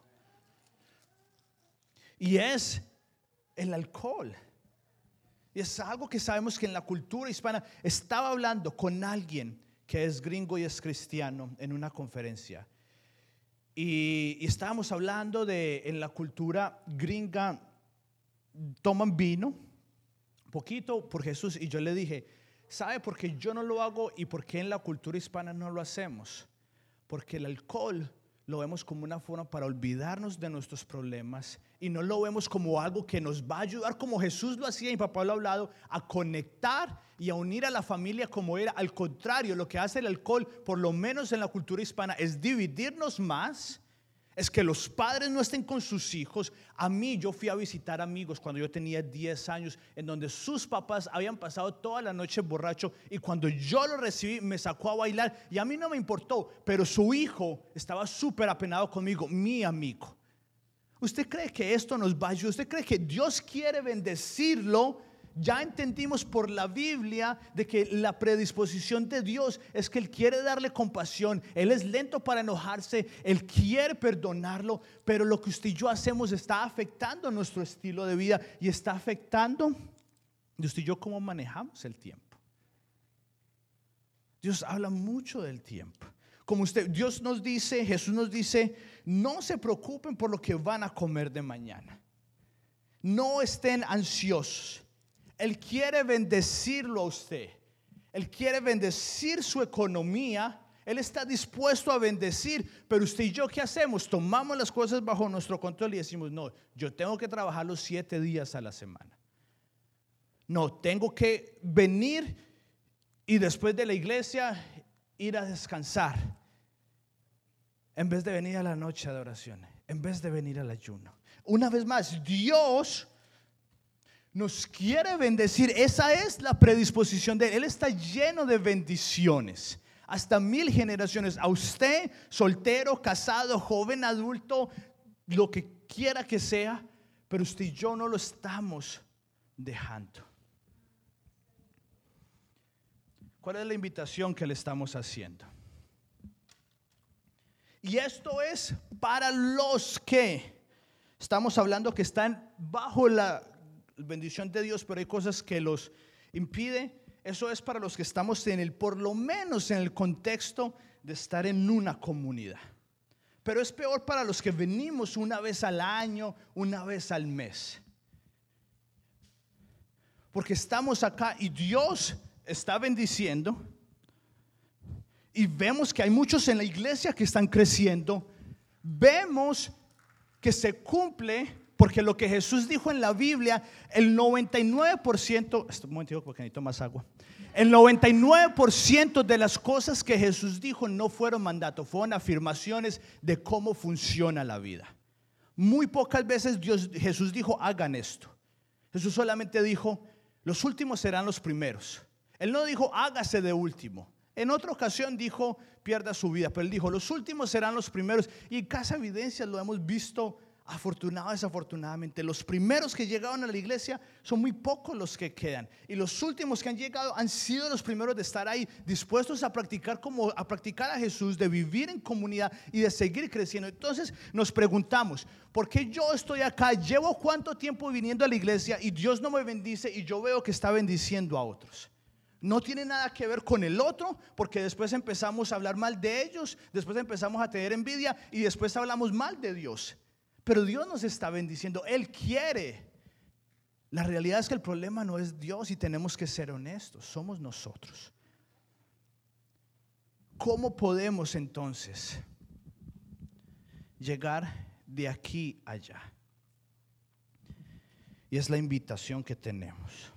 Y es el alcohol. Y es algo que sabemos que en la cultura hispana. Estaba hablando con alguien que es gringo y es cristiano en una conferencia. Y estábamos hablando de en la cultura gringa toman vino, poquito por Jesús. Y yo le dije, ¿Sabe por qué yo no lo hago y por qué en la cultura hispana no lo hacemos? Porque el alcohol lo vemos como una forma para olvidarnos de nuestros problemas y no lo vemos como algo que nos va a ayudar como Jesús lo hacía, y mi papá lo ha hablado, a conectar y a unir a la familia como era. Al contrario, lo que hace el alcohol, por lo menos en la cultura hispana, es dividirnos más. Es que los padres no estén con sus hijos. Yo fui a visitar amigos cuando yo tenía 10 años, en donde sus papás habían pasado toda la noche borracho, y cuando yo lo recibí me sacó a bailar y a mí no me importó, pero su hijo estaba súper apenado conmigo, mi amigo. ¿Usted cree que esto nos va a ayudar? ¿Usted cree que Dios quiere bendecirlo? Ya entendimos por la Biblia de que la predisposición de Dios es que Él quiere darle compasión. Él es lento para enojarse, Él quiere perdonarlo, pero lo que usted y yo hacemos está afectando nuestro estilo de vida y está afectando de usted y yo cómo manejamos el tiempo. Dios habla mucho del tiempo. Como Dios nos dice, Jesús nos dice, no se preocupen por lo que van a comer de mañana. No estén ansiosos. Él quiere bendecirlo a usted. Él quiere bendecir su economía. Él está dispuesto a bendecir. Pero usted y yo, ¿qué hacemos? Tomamos las cosas bajo nuestro control y decimos, no, yo tengo que trabajar los 7 días a la semana. No, tengo que venir y después de la iglesia ir a descansar, en vez de venir a la noche de oración, en vez de venir al ayuno. Una vez más, Dios nos quiere bendecir. Esa es la predisposición de Él. Él está lleno de bendiciones hasta 1000 generaciones. A usted, soltero, casado, joven, adulto, lo que quiera que sea, pero usted y yo no lo estamos dejando. ¿Cuál es la invitación que le estamos haciendo? Y esto es para los que estamos hablando que están bajo la bendición de Dios, pero hay cosas que los impide. Eso es para los que estamos por lo menos en el contexto de estar en una comunidad. Pero es peor para los que venimos una vez al año, una vez al mes. Porque estamos acá y Dios está bendiciendo. Y vemos que hay muchos en la iglesia que están creciendo. Vemos que se cumple, porque lo que Jesús dijo en la Biblia, el 99%, un momento porque necesito más agua. El 99% de las cosas que Jesús dijo no fueron mandatos, fueron afirmaciones de cómo funciona la vida. Muy pocas veces Jesús dijo, hagan esto. Jesús solamente dijo, los últimos serán los primeros. Él no dijo, hágase de último. En otra ocasión dijo, pierda su vida, pero él dijo, los últimos serán los primeros. Y en Casa Evidencias lo hemos visto, afortunado o desafortunadamente. Los primeros que llegaron a la iglesia son muy pocos los que quedan, y los últimos que han llegado han sido los primeros de estar ahí, dispuestos a practicar a Jesús, de vivir en comunidad y de seguir creciendo. Entonces nos preguntamos, ¿por qué yo estoy acá? Llevo cuánto tiempo viniendo a la iglesia y Dios no me bendice, y yo veo que está bendiciendo a otros. No tiene nada que ver con el otro, porque después empezamos a hablar mal de ellos, después empezamos a tener envidia y después hablamos mal de Dios. Pero Dios nos está bendiciendo, Él quiere. La realidad es que el problema no es Dios, y tenemos que ser honestos, somos nosotros. ¿Cómo podemos entonces llegar de aquí a allá? Y es la invitación que tenemos.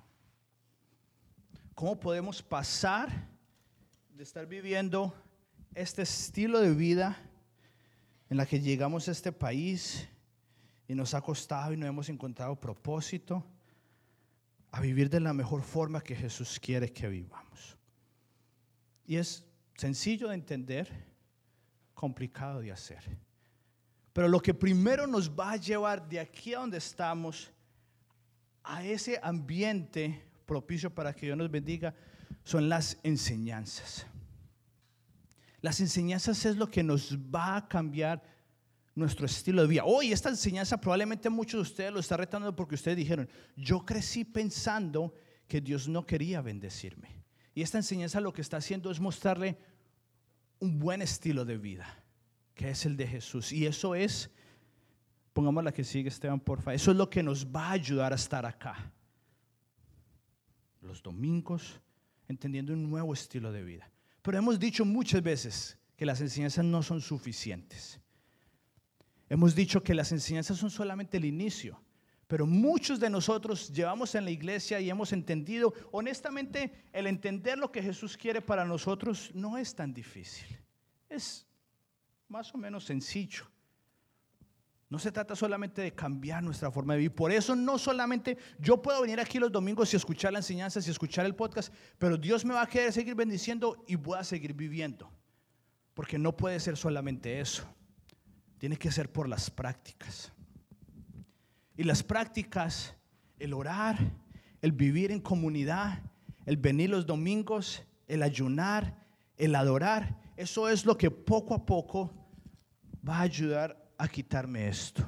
¿Cómo podemos pasar de estar viviendo este estilo de vida en la que llegamos a este país y nos ha costado y no hemos encontrado propósito, a vivir de la mejor forma que Jesús quiere que vivamos? Y es sencillo de entender, complicado de hacer. Pero lo que primero nos va a llevar de aquí a donde estamos, a ese ambiente propicio para que Dios nos bendiga, son las enseñanzas. Las enseñanzas es lo que nos va a cambiar nuestro estilo de vida. Hoy esta enseñanza probablemente muchos de ustedes lo están retando, porque ustedes dijeron, yo crecí pensando que Dios no quería bendecirme. Y esta enseñanza lo que está haciendo es mostrarle un buen estilo de vida, que es el de Jesús. Y eso es, pongamos la que sigue, Esteban, porfa. Eso es lo que nos va a ayudar a estar acá los domingos, entendiendo un nuevo estilo de vida. Pero hemos dicho muchas veces que las enseñanzas no son suficientes. Hemos dicho que las enseñanzas son solamente el inicio. Pero muchos de nosotros llevamos en la iglesia y hemos entendido, honestamente, el entender lo que Jesús quiere para nosotros no es tan difícil. Es más o menos sencillo. No se trata solamente de cambiar nuestra forma de vivir. Por eso no solamente yo puedo venir aquí los domingos y escuchar las enseñanzas y escuchar el podcast, pero Dios me va a querer seguir bendiciendo y voy a seguir viviendo. Porque no puede ser solamente eso. Tiene que ser por las prácticas. Y las prácticas, el orar, el vivir en comunidad, el venir los domingos, el ayunar, el adorar, eso es lo que poco a poco va a ayudar a quitarme esto.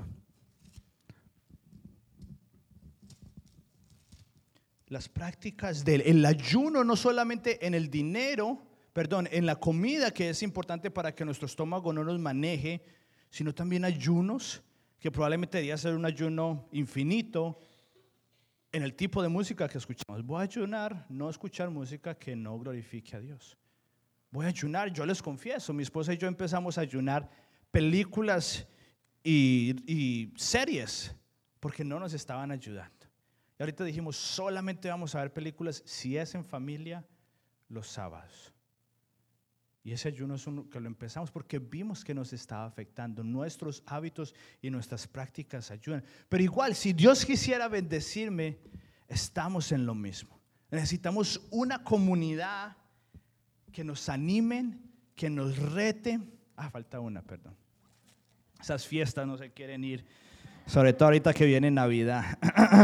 Las prácticas del ayuno, no solamente en el dinero, en la comida, que es importante para que nuestro estómago no nos maneje, sino también ayunos, que probablemente debería ser un ayuno infinito en el tipo de música que escuchamos. Voy a ayunar, no escuchar música que no glorifique a Dios. Voy a ayunar, yo les confieso, mi esposa y yo empezamos a ayunar películas y series porque no nos estaban ayudando. Y ahorita dijimos, solamente vamos a ver películas si es en familia los sábados. Y ese ayuno es uno que lo empezamos porque vimos que nos estaba afectando. Nuestros hábitos y nuestras prácticas ayudan. Pero igual, si Dios quisiera bendecirme, estamos en lo mismo. Necesitamos una comunidad que nos animen, que nos rete. Falta una, perdón. Esas fiestas no se quieren ir, sobre todo ahorita que viene Navidad.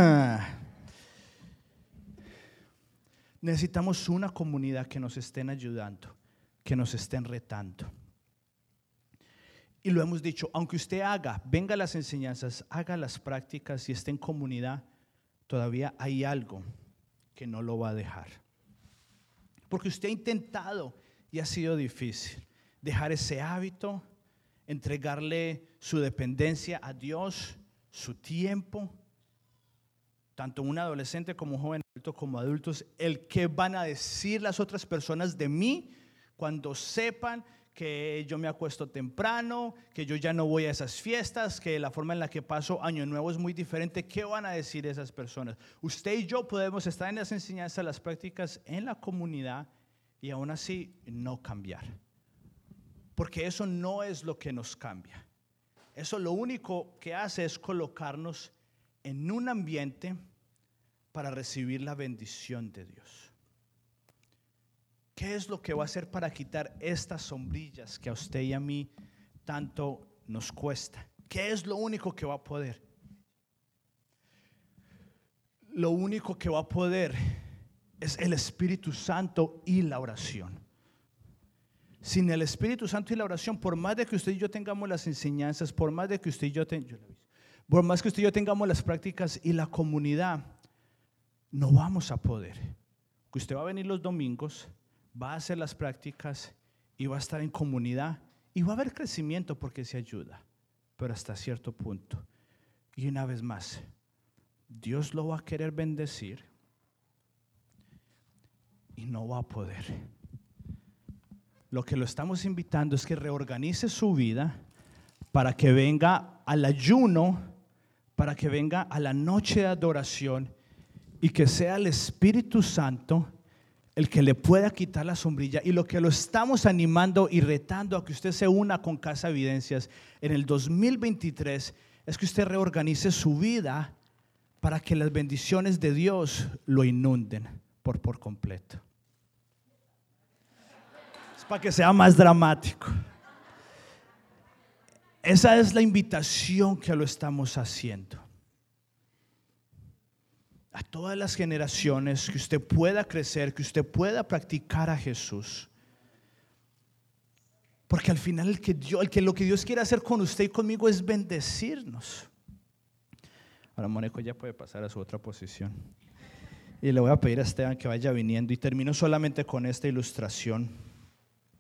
Necesitamos una comunidad que nos estén ayudando, que nos estén retando. Y lo hemos dicho, aunque usted venga a las enseñanzas, haga las prácticas y esté en comunidad, todavía hay algo que no lo va a dejar. Porque usted ha intentado y ha sido difícil dejar ese hábito, entregarle su dependencia a Dios, su tiempo, tanto un adolescente como un joven adulto como adultos, el que van a decir las otras personas de mí cuando sepan que yo me acuesto temprano, que yo ya no voy a esas fiestas, que la forma en la que paso Año Nuevo es muy diferente. ¿Qué van a decir esas personas? Usted y yo podemos estar en las enseñanzas, las prácticas en la comunidad y aún así no cambiar. Porque eso no es lo que nos cambia. Eso lo único que hace es colocarnos en un ambiente para recibir la bendición de Dios. ¿Qué es lo que va a hacer para quitar estas sombrillas que a usted y a mí tanto nos cuesta? ¿Qué es lo único que va a poder? Lo único que va a poder es el Espíritu Santo y la oración. Sin el Espíritu Santo y la oración, por más de que usted y yo tengamos las enseñanzas, por más de que usted y yo tengamos las prácticas y la comunidad, no vamos a poder. Que usted va a venir los domingos, va a hacer las prácticas y va a estar en comunidad y va a haber crecimiento porque se ayuda, pero hasta cierto punto. Y una vez más, Dios lo va a querer bendecir y no va a poder. Lo que lo estamos invitando es que reorganice su vida para que venga al ayuno, para que venga a la noche de adoración y que sea el Espíritu Santo el que le pueda quitar la sombrilla. Y lo que lo estamos animando y retando a que usted se una con Casa Evidencias en el 2023 es que usted reorganice su vida para que las bendiciones de Dios lo inunden por completo. Es para que sea más dramático. Esa es la invitación que lo estamos haciendo. A todas las generaciones, que usted pueda crecer, que usted pueda practicar a Jesús. Porque al final lo que Dios quiere hacer con usted y conmigo es bendecirnos. Ahora Mónico ya puede pasar a su otra posición. Y le voy a pedir a Esteban que vaya viniendo. Y termino solamente con esta ilustración.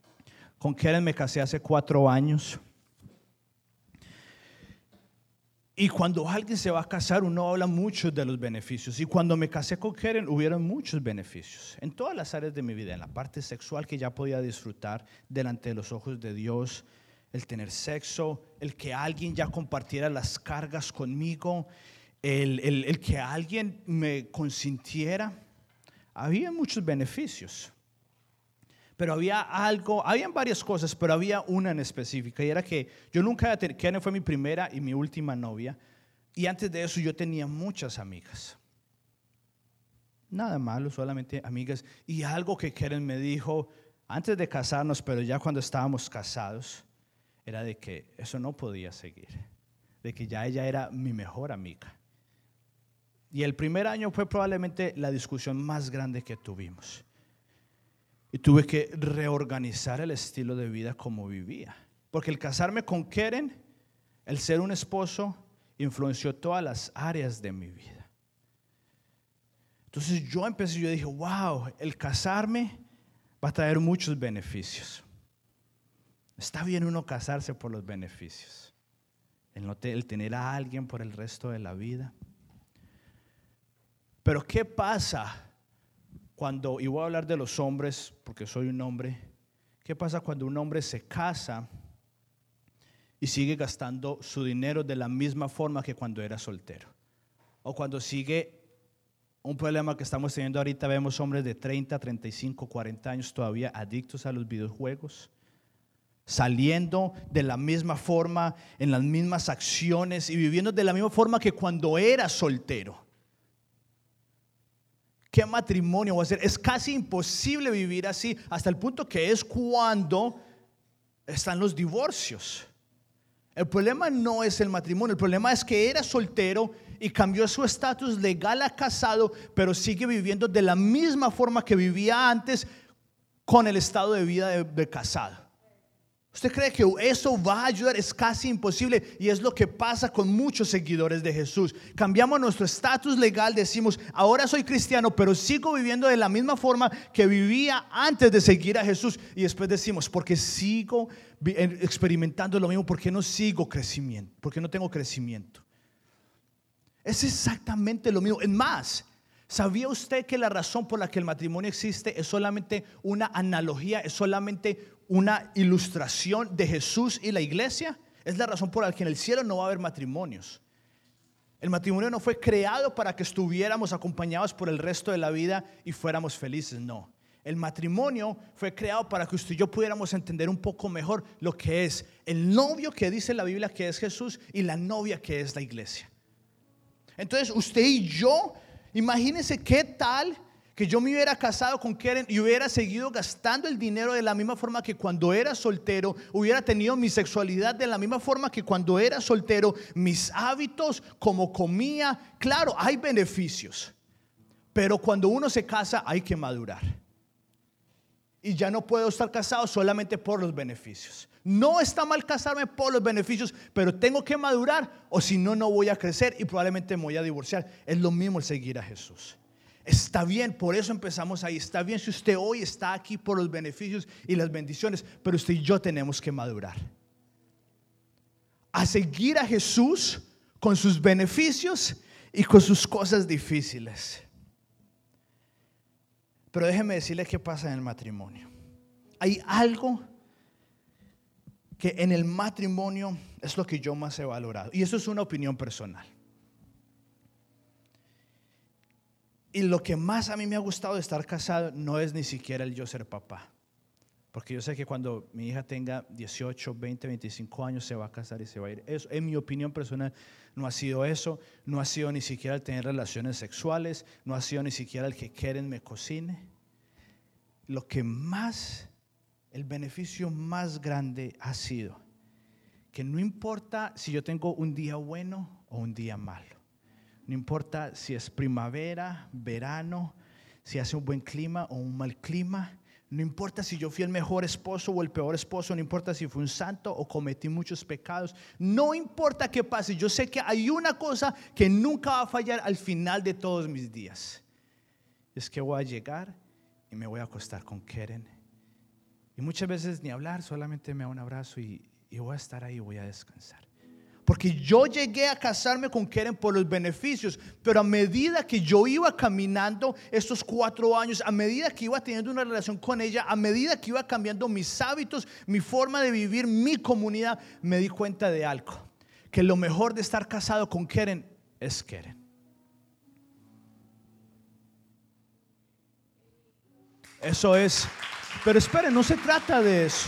Con Karen me casé hace 4 años. Y cuando alguien se va a casar, uno habla mucho de los beneficios. Y cuando me casé con Karen, hubieron muchos beneficios en todas las áreas de mi vida. En la parte sexual, que ya podía disfrutar delante de los ojos de Dios, el tener sexo, el que alguien ya compartiera las cargas conmigo, el que alguien me consintiera. Había muchos beneficios. Pero habían varias cosas, pero había una en específica, y era que yo nunca, Karen fue mi primera y mi última novia, y antes de eso yo tenía muchas amigas. Nada malo, solamente amigas. Y algo que Karen me dijo antes de casarnos, pero ya cuando estábamos casados, era de que eso no podía seguir, de que ya ella era mi mejor amiga. Y el primer año fue probablemente la discusión más grande que tuvimos. Y tuve que reorganizar el estilo de vida como vivía. Porque el casarme con Karen, el ser un esposo, influenció todas las áreas de mi vida. Entonces yo dije, wow, el casarme va a traer muchos beneficios. Está bien uno casarse por los beneficios, el tener a alguien por el resto de la vida. Pero ¿qué pasa cuando, y voy a hablar de los hombres porque soy un hombre, qué pasa cuando un hombre se casa y sigue gastando su dinero de la misma forma que cuando era soltero? O cuando sigue un problema que estamos teniendo ahorita, vemos hombres de 30, 35, 40 años todavía adictos a los videojuegos, saliendo de la misma forma, en las mismas acciones y viviendo de la misma forma que cuando era soltero. ¿Qué matrimonio va a ser? Es casi imposible vivir así, hasta el punto que es cuando están los divorcios. El problema no es el matrimonio, el problema es que era soltero y cambió su estatus legal a casado, pero sigue viviendo de la misma forma que vivía antes con el estado de vida de casado. ¿Usted cree que eso va a ayudar? Es casi imposible, y es lo que pasa con muchos seguidores de Jesús. Cambiamos nuestro estatus legal, decimos, ahora soy cristiano, pero sigo viviendo de la misma forma que vivía antes de seguir a Jesús. Y después decimos, porque sigo experimentando lo mismo, ¿por qué no sigo crecimiento? ¿Por qué no tengo crecimiento? Es exactamente lo mismo. Es más, ¿sabía usted que la razón por la que el matrimonio existe es solamente una analogía, es solamente una ilustración de Jesús y la iglesia? Es la razón por la que en el cielo no va a haber matrimonios. El matrimonio no fue creado para que estuviéramos acompañados por el resto de la vida y fuéramos felices, no. El matrimonio fue creado para que usted y yo pudiéramos entender un poco mejor lo que es el novio que dice la Biblia que es Jesús y la novia que es la iglesia. Entonces usted y yo, imagínense qué tal que yo me hubiera casado con Karen y hubiera seguido gastando el dinero de la misma forma que cuando era soltero, hubiera tenido mi sexualidad de la misma forma que cuando era soltero, mis hábitos, como comía. Claro, hay beneficios, pero cuando uno se casa hay que madurar. Y ya no puedo estar casado solamente por los beneficios. No está mal casarme por los beneficios, pero tengo que madurar, o si no, no voy a crecer y probablemente me voy a divorciar. Es lo mismo el seguir a Jesús. Está bien, por eso empezamos ahí. Está bien si usted hoy está aquí por los beneficios y las bendiciones, pero usted y yo tenemos que madurar a seguir a Jesús con sus beneficios y con sus cosas difíciles. Pero déjeme decirle qué pasa en el matrimonio. Hay algo que en el matrimonio es lo que yo más he valorado, y eso es una opinión personal. Y lo que más a mí me ha gustado de estar casado no es ni siquiera el yo ser papá, porque yo sé que cuando mi hija tenga 18, 20, 25 años se va a casar y se va a ir. Eso, en mi opinión personal, no ha sido eso. No ha sido ni siquiera el tener relaciones sexuales. No ha sido ni siquiera el que Karen me cocine. Lo que más, el beneficio más grande ha sido que no importa si yo tengo un día bueno o un día malo. No importa si es primavera, verano, si hace un buen clima o un mal clima. No importa si yo fui el mejor esposo o el peor esposo. No importa si fui un santo o cometí muchos pecados. No importa qué pase. Yo sé que hay una cosa que nunca va a fallar al final de todos mis días. Es que voy a llegar y me voy a acostar con Karen. Y muchas veces ni hablar, solamente me da un abrazo y voy a estar ahí y voy a descansar. Porque yo llegué a casarme con Keren por los beneficios, pero a medida que yo iba caminando estos 4 años, a medida que iba teniendo una relación con ella, a medida que iba cambiando mis hábitos, mi forma de vivir, mi comunidad, me di cuenta de algo, que lo mejor de estar casado con Keren es Keren. Eso es. Pero esperen, no se trata de eso.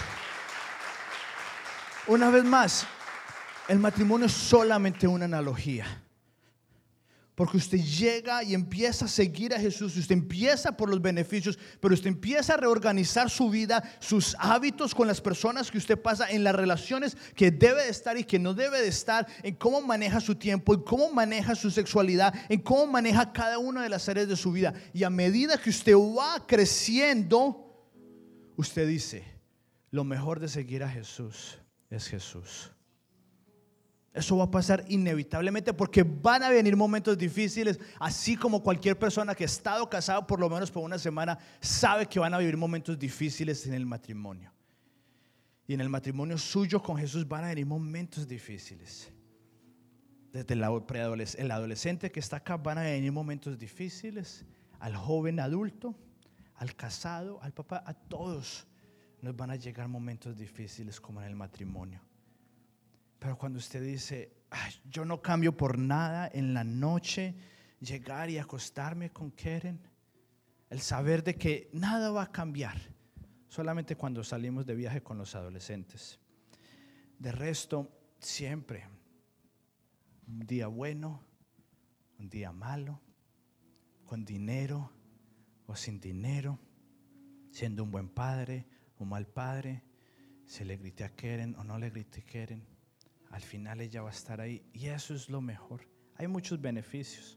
Una vez más, el matrimonio es solamente una analogía. Porque usted llega y empieza a seguir a Jesús, usted empieza por los beneficios, pero usted empieza a reorganizar su vida, sus hábitos con las personas que usted pasa, en las relaciones que debe de estar y que no debe de estar, en cómo maneja su tiempo, en cómo maneja su sexualidad, en cómo maneja cada una de las áreas de su vida. Y a medida que usted va creciendo, usted dice, lo mejor de seguir a Jesús es Jesús. Eso va a pasar inevitablemente, porque van a venir momentos difíciles, así como cualquier persona que ha estado casado por lo menos por una semana sabe que van a vivir momentos difíciles en el matrimonio. Y en el matrimonio suyo con Jesús van a venir momentos difíciles. Desde el adolescente que está acá van a venir momentos difíciles, al joven adulto, al casado, al papá, a todos nos van a llegar momentos difíciles como en el matrimonio. Pero cuando usted dice, yo no cambio por nada en la noche llegar y acostarme con Keren, el saber de que nada va a cambiar, solamente cuando salimos de viaje con los adolescentes. De resto, siempre, un día bueno, un día malo, con dinero o sin dinero, siendo un buen padre o mal padre, si le grité a Keren o no le grité a Keren, al final ella va a estar ahí, y eso es lo mejor. Hay muchos beneficios,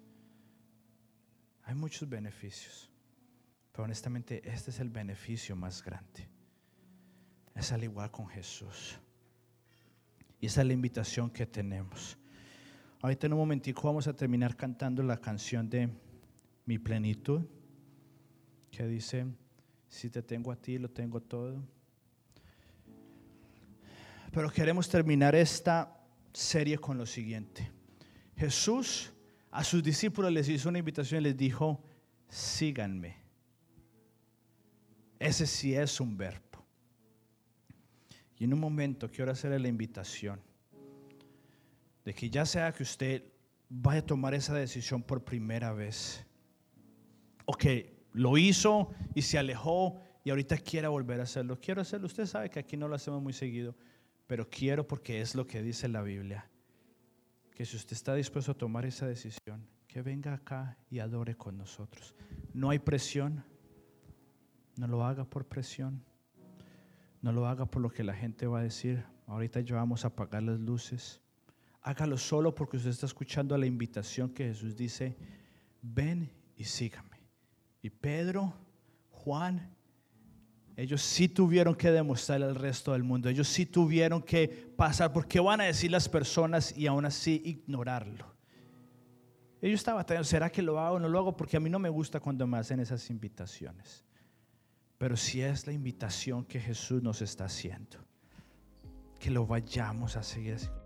pero honestamente este es el beneficio más grande. Es al igual con Jesús, y esa es la invitación que tenemos. Ahorita en un momentico vamos a terminar cantando la canción de Mi Plenitud, que dice, si te tengo a ti, lo tengo todo. Pero queremos terminar esta serie con lo siguiente. Jesús a sus discípulos les hizo una invitación y les dijo, síganme. Ese sí es un verbo. Y en un momento quiero hacerle la invitación de que ya sea que usted vaya a tomar esa decisión por primera vez, o que lo hizo y se alejó y ahorita quiera volver a hacerlo. Quiero hacerlo. Usted sabe que aquí no lo hacemos muy seguido, pero quiero, porque es lo que dice la Biblia, que si usted está dispuesto a tomar esa decisión, que venga acá y adore con nosotros. No hay presión. No lo haga por presión. No lo haga por lo que la gente va a decir. Ahorita ya vamos a apagar las luces. Hágalo solo porque usted está escuchando la invitación que Jesús dice, ven y sígame. Y Pedro, Juan, ellos sí tuvieron que demostrarle al resto del mundo. Ellos sí tuvieron que pasar, porque van a decir las personas, y aún así ignorarlo. Ellos estaban batallando, ¿será que lo hago o no lo hago? Porque a mí no me gusta cuando me hacen esas invitaciones. Pero sí es la invitación que Jesús nos está haciendo, que lo vayamos a seguir.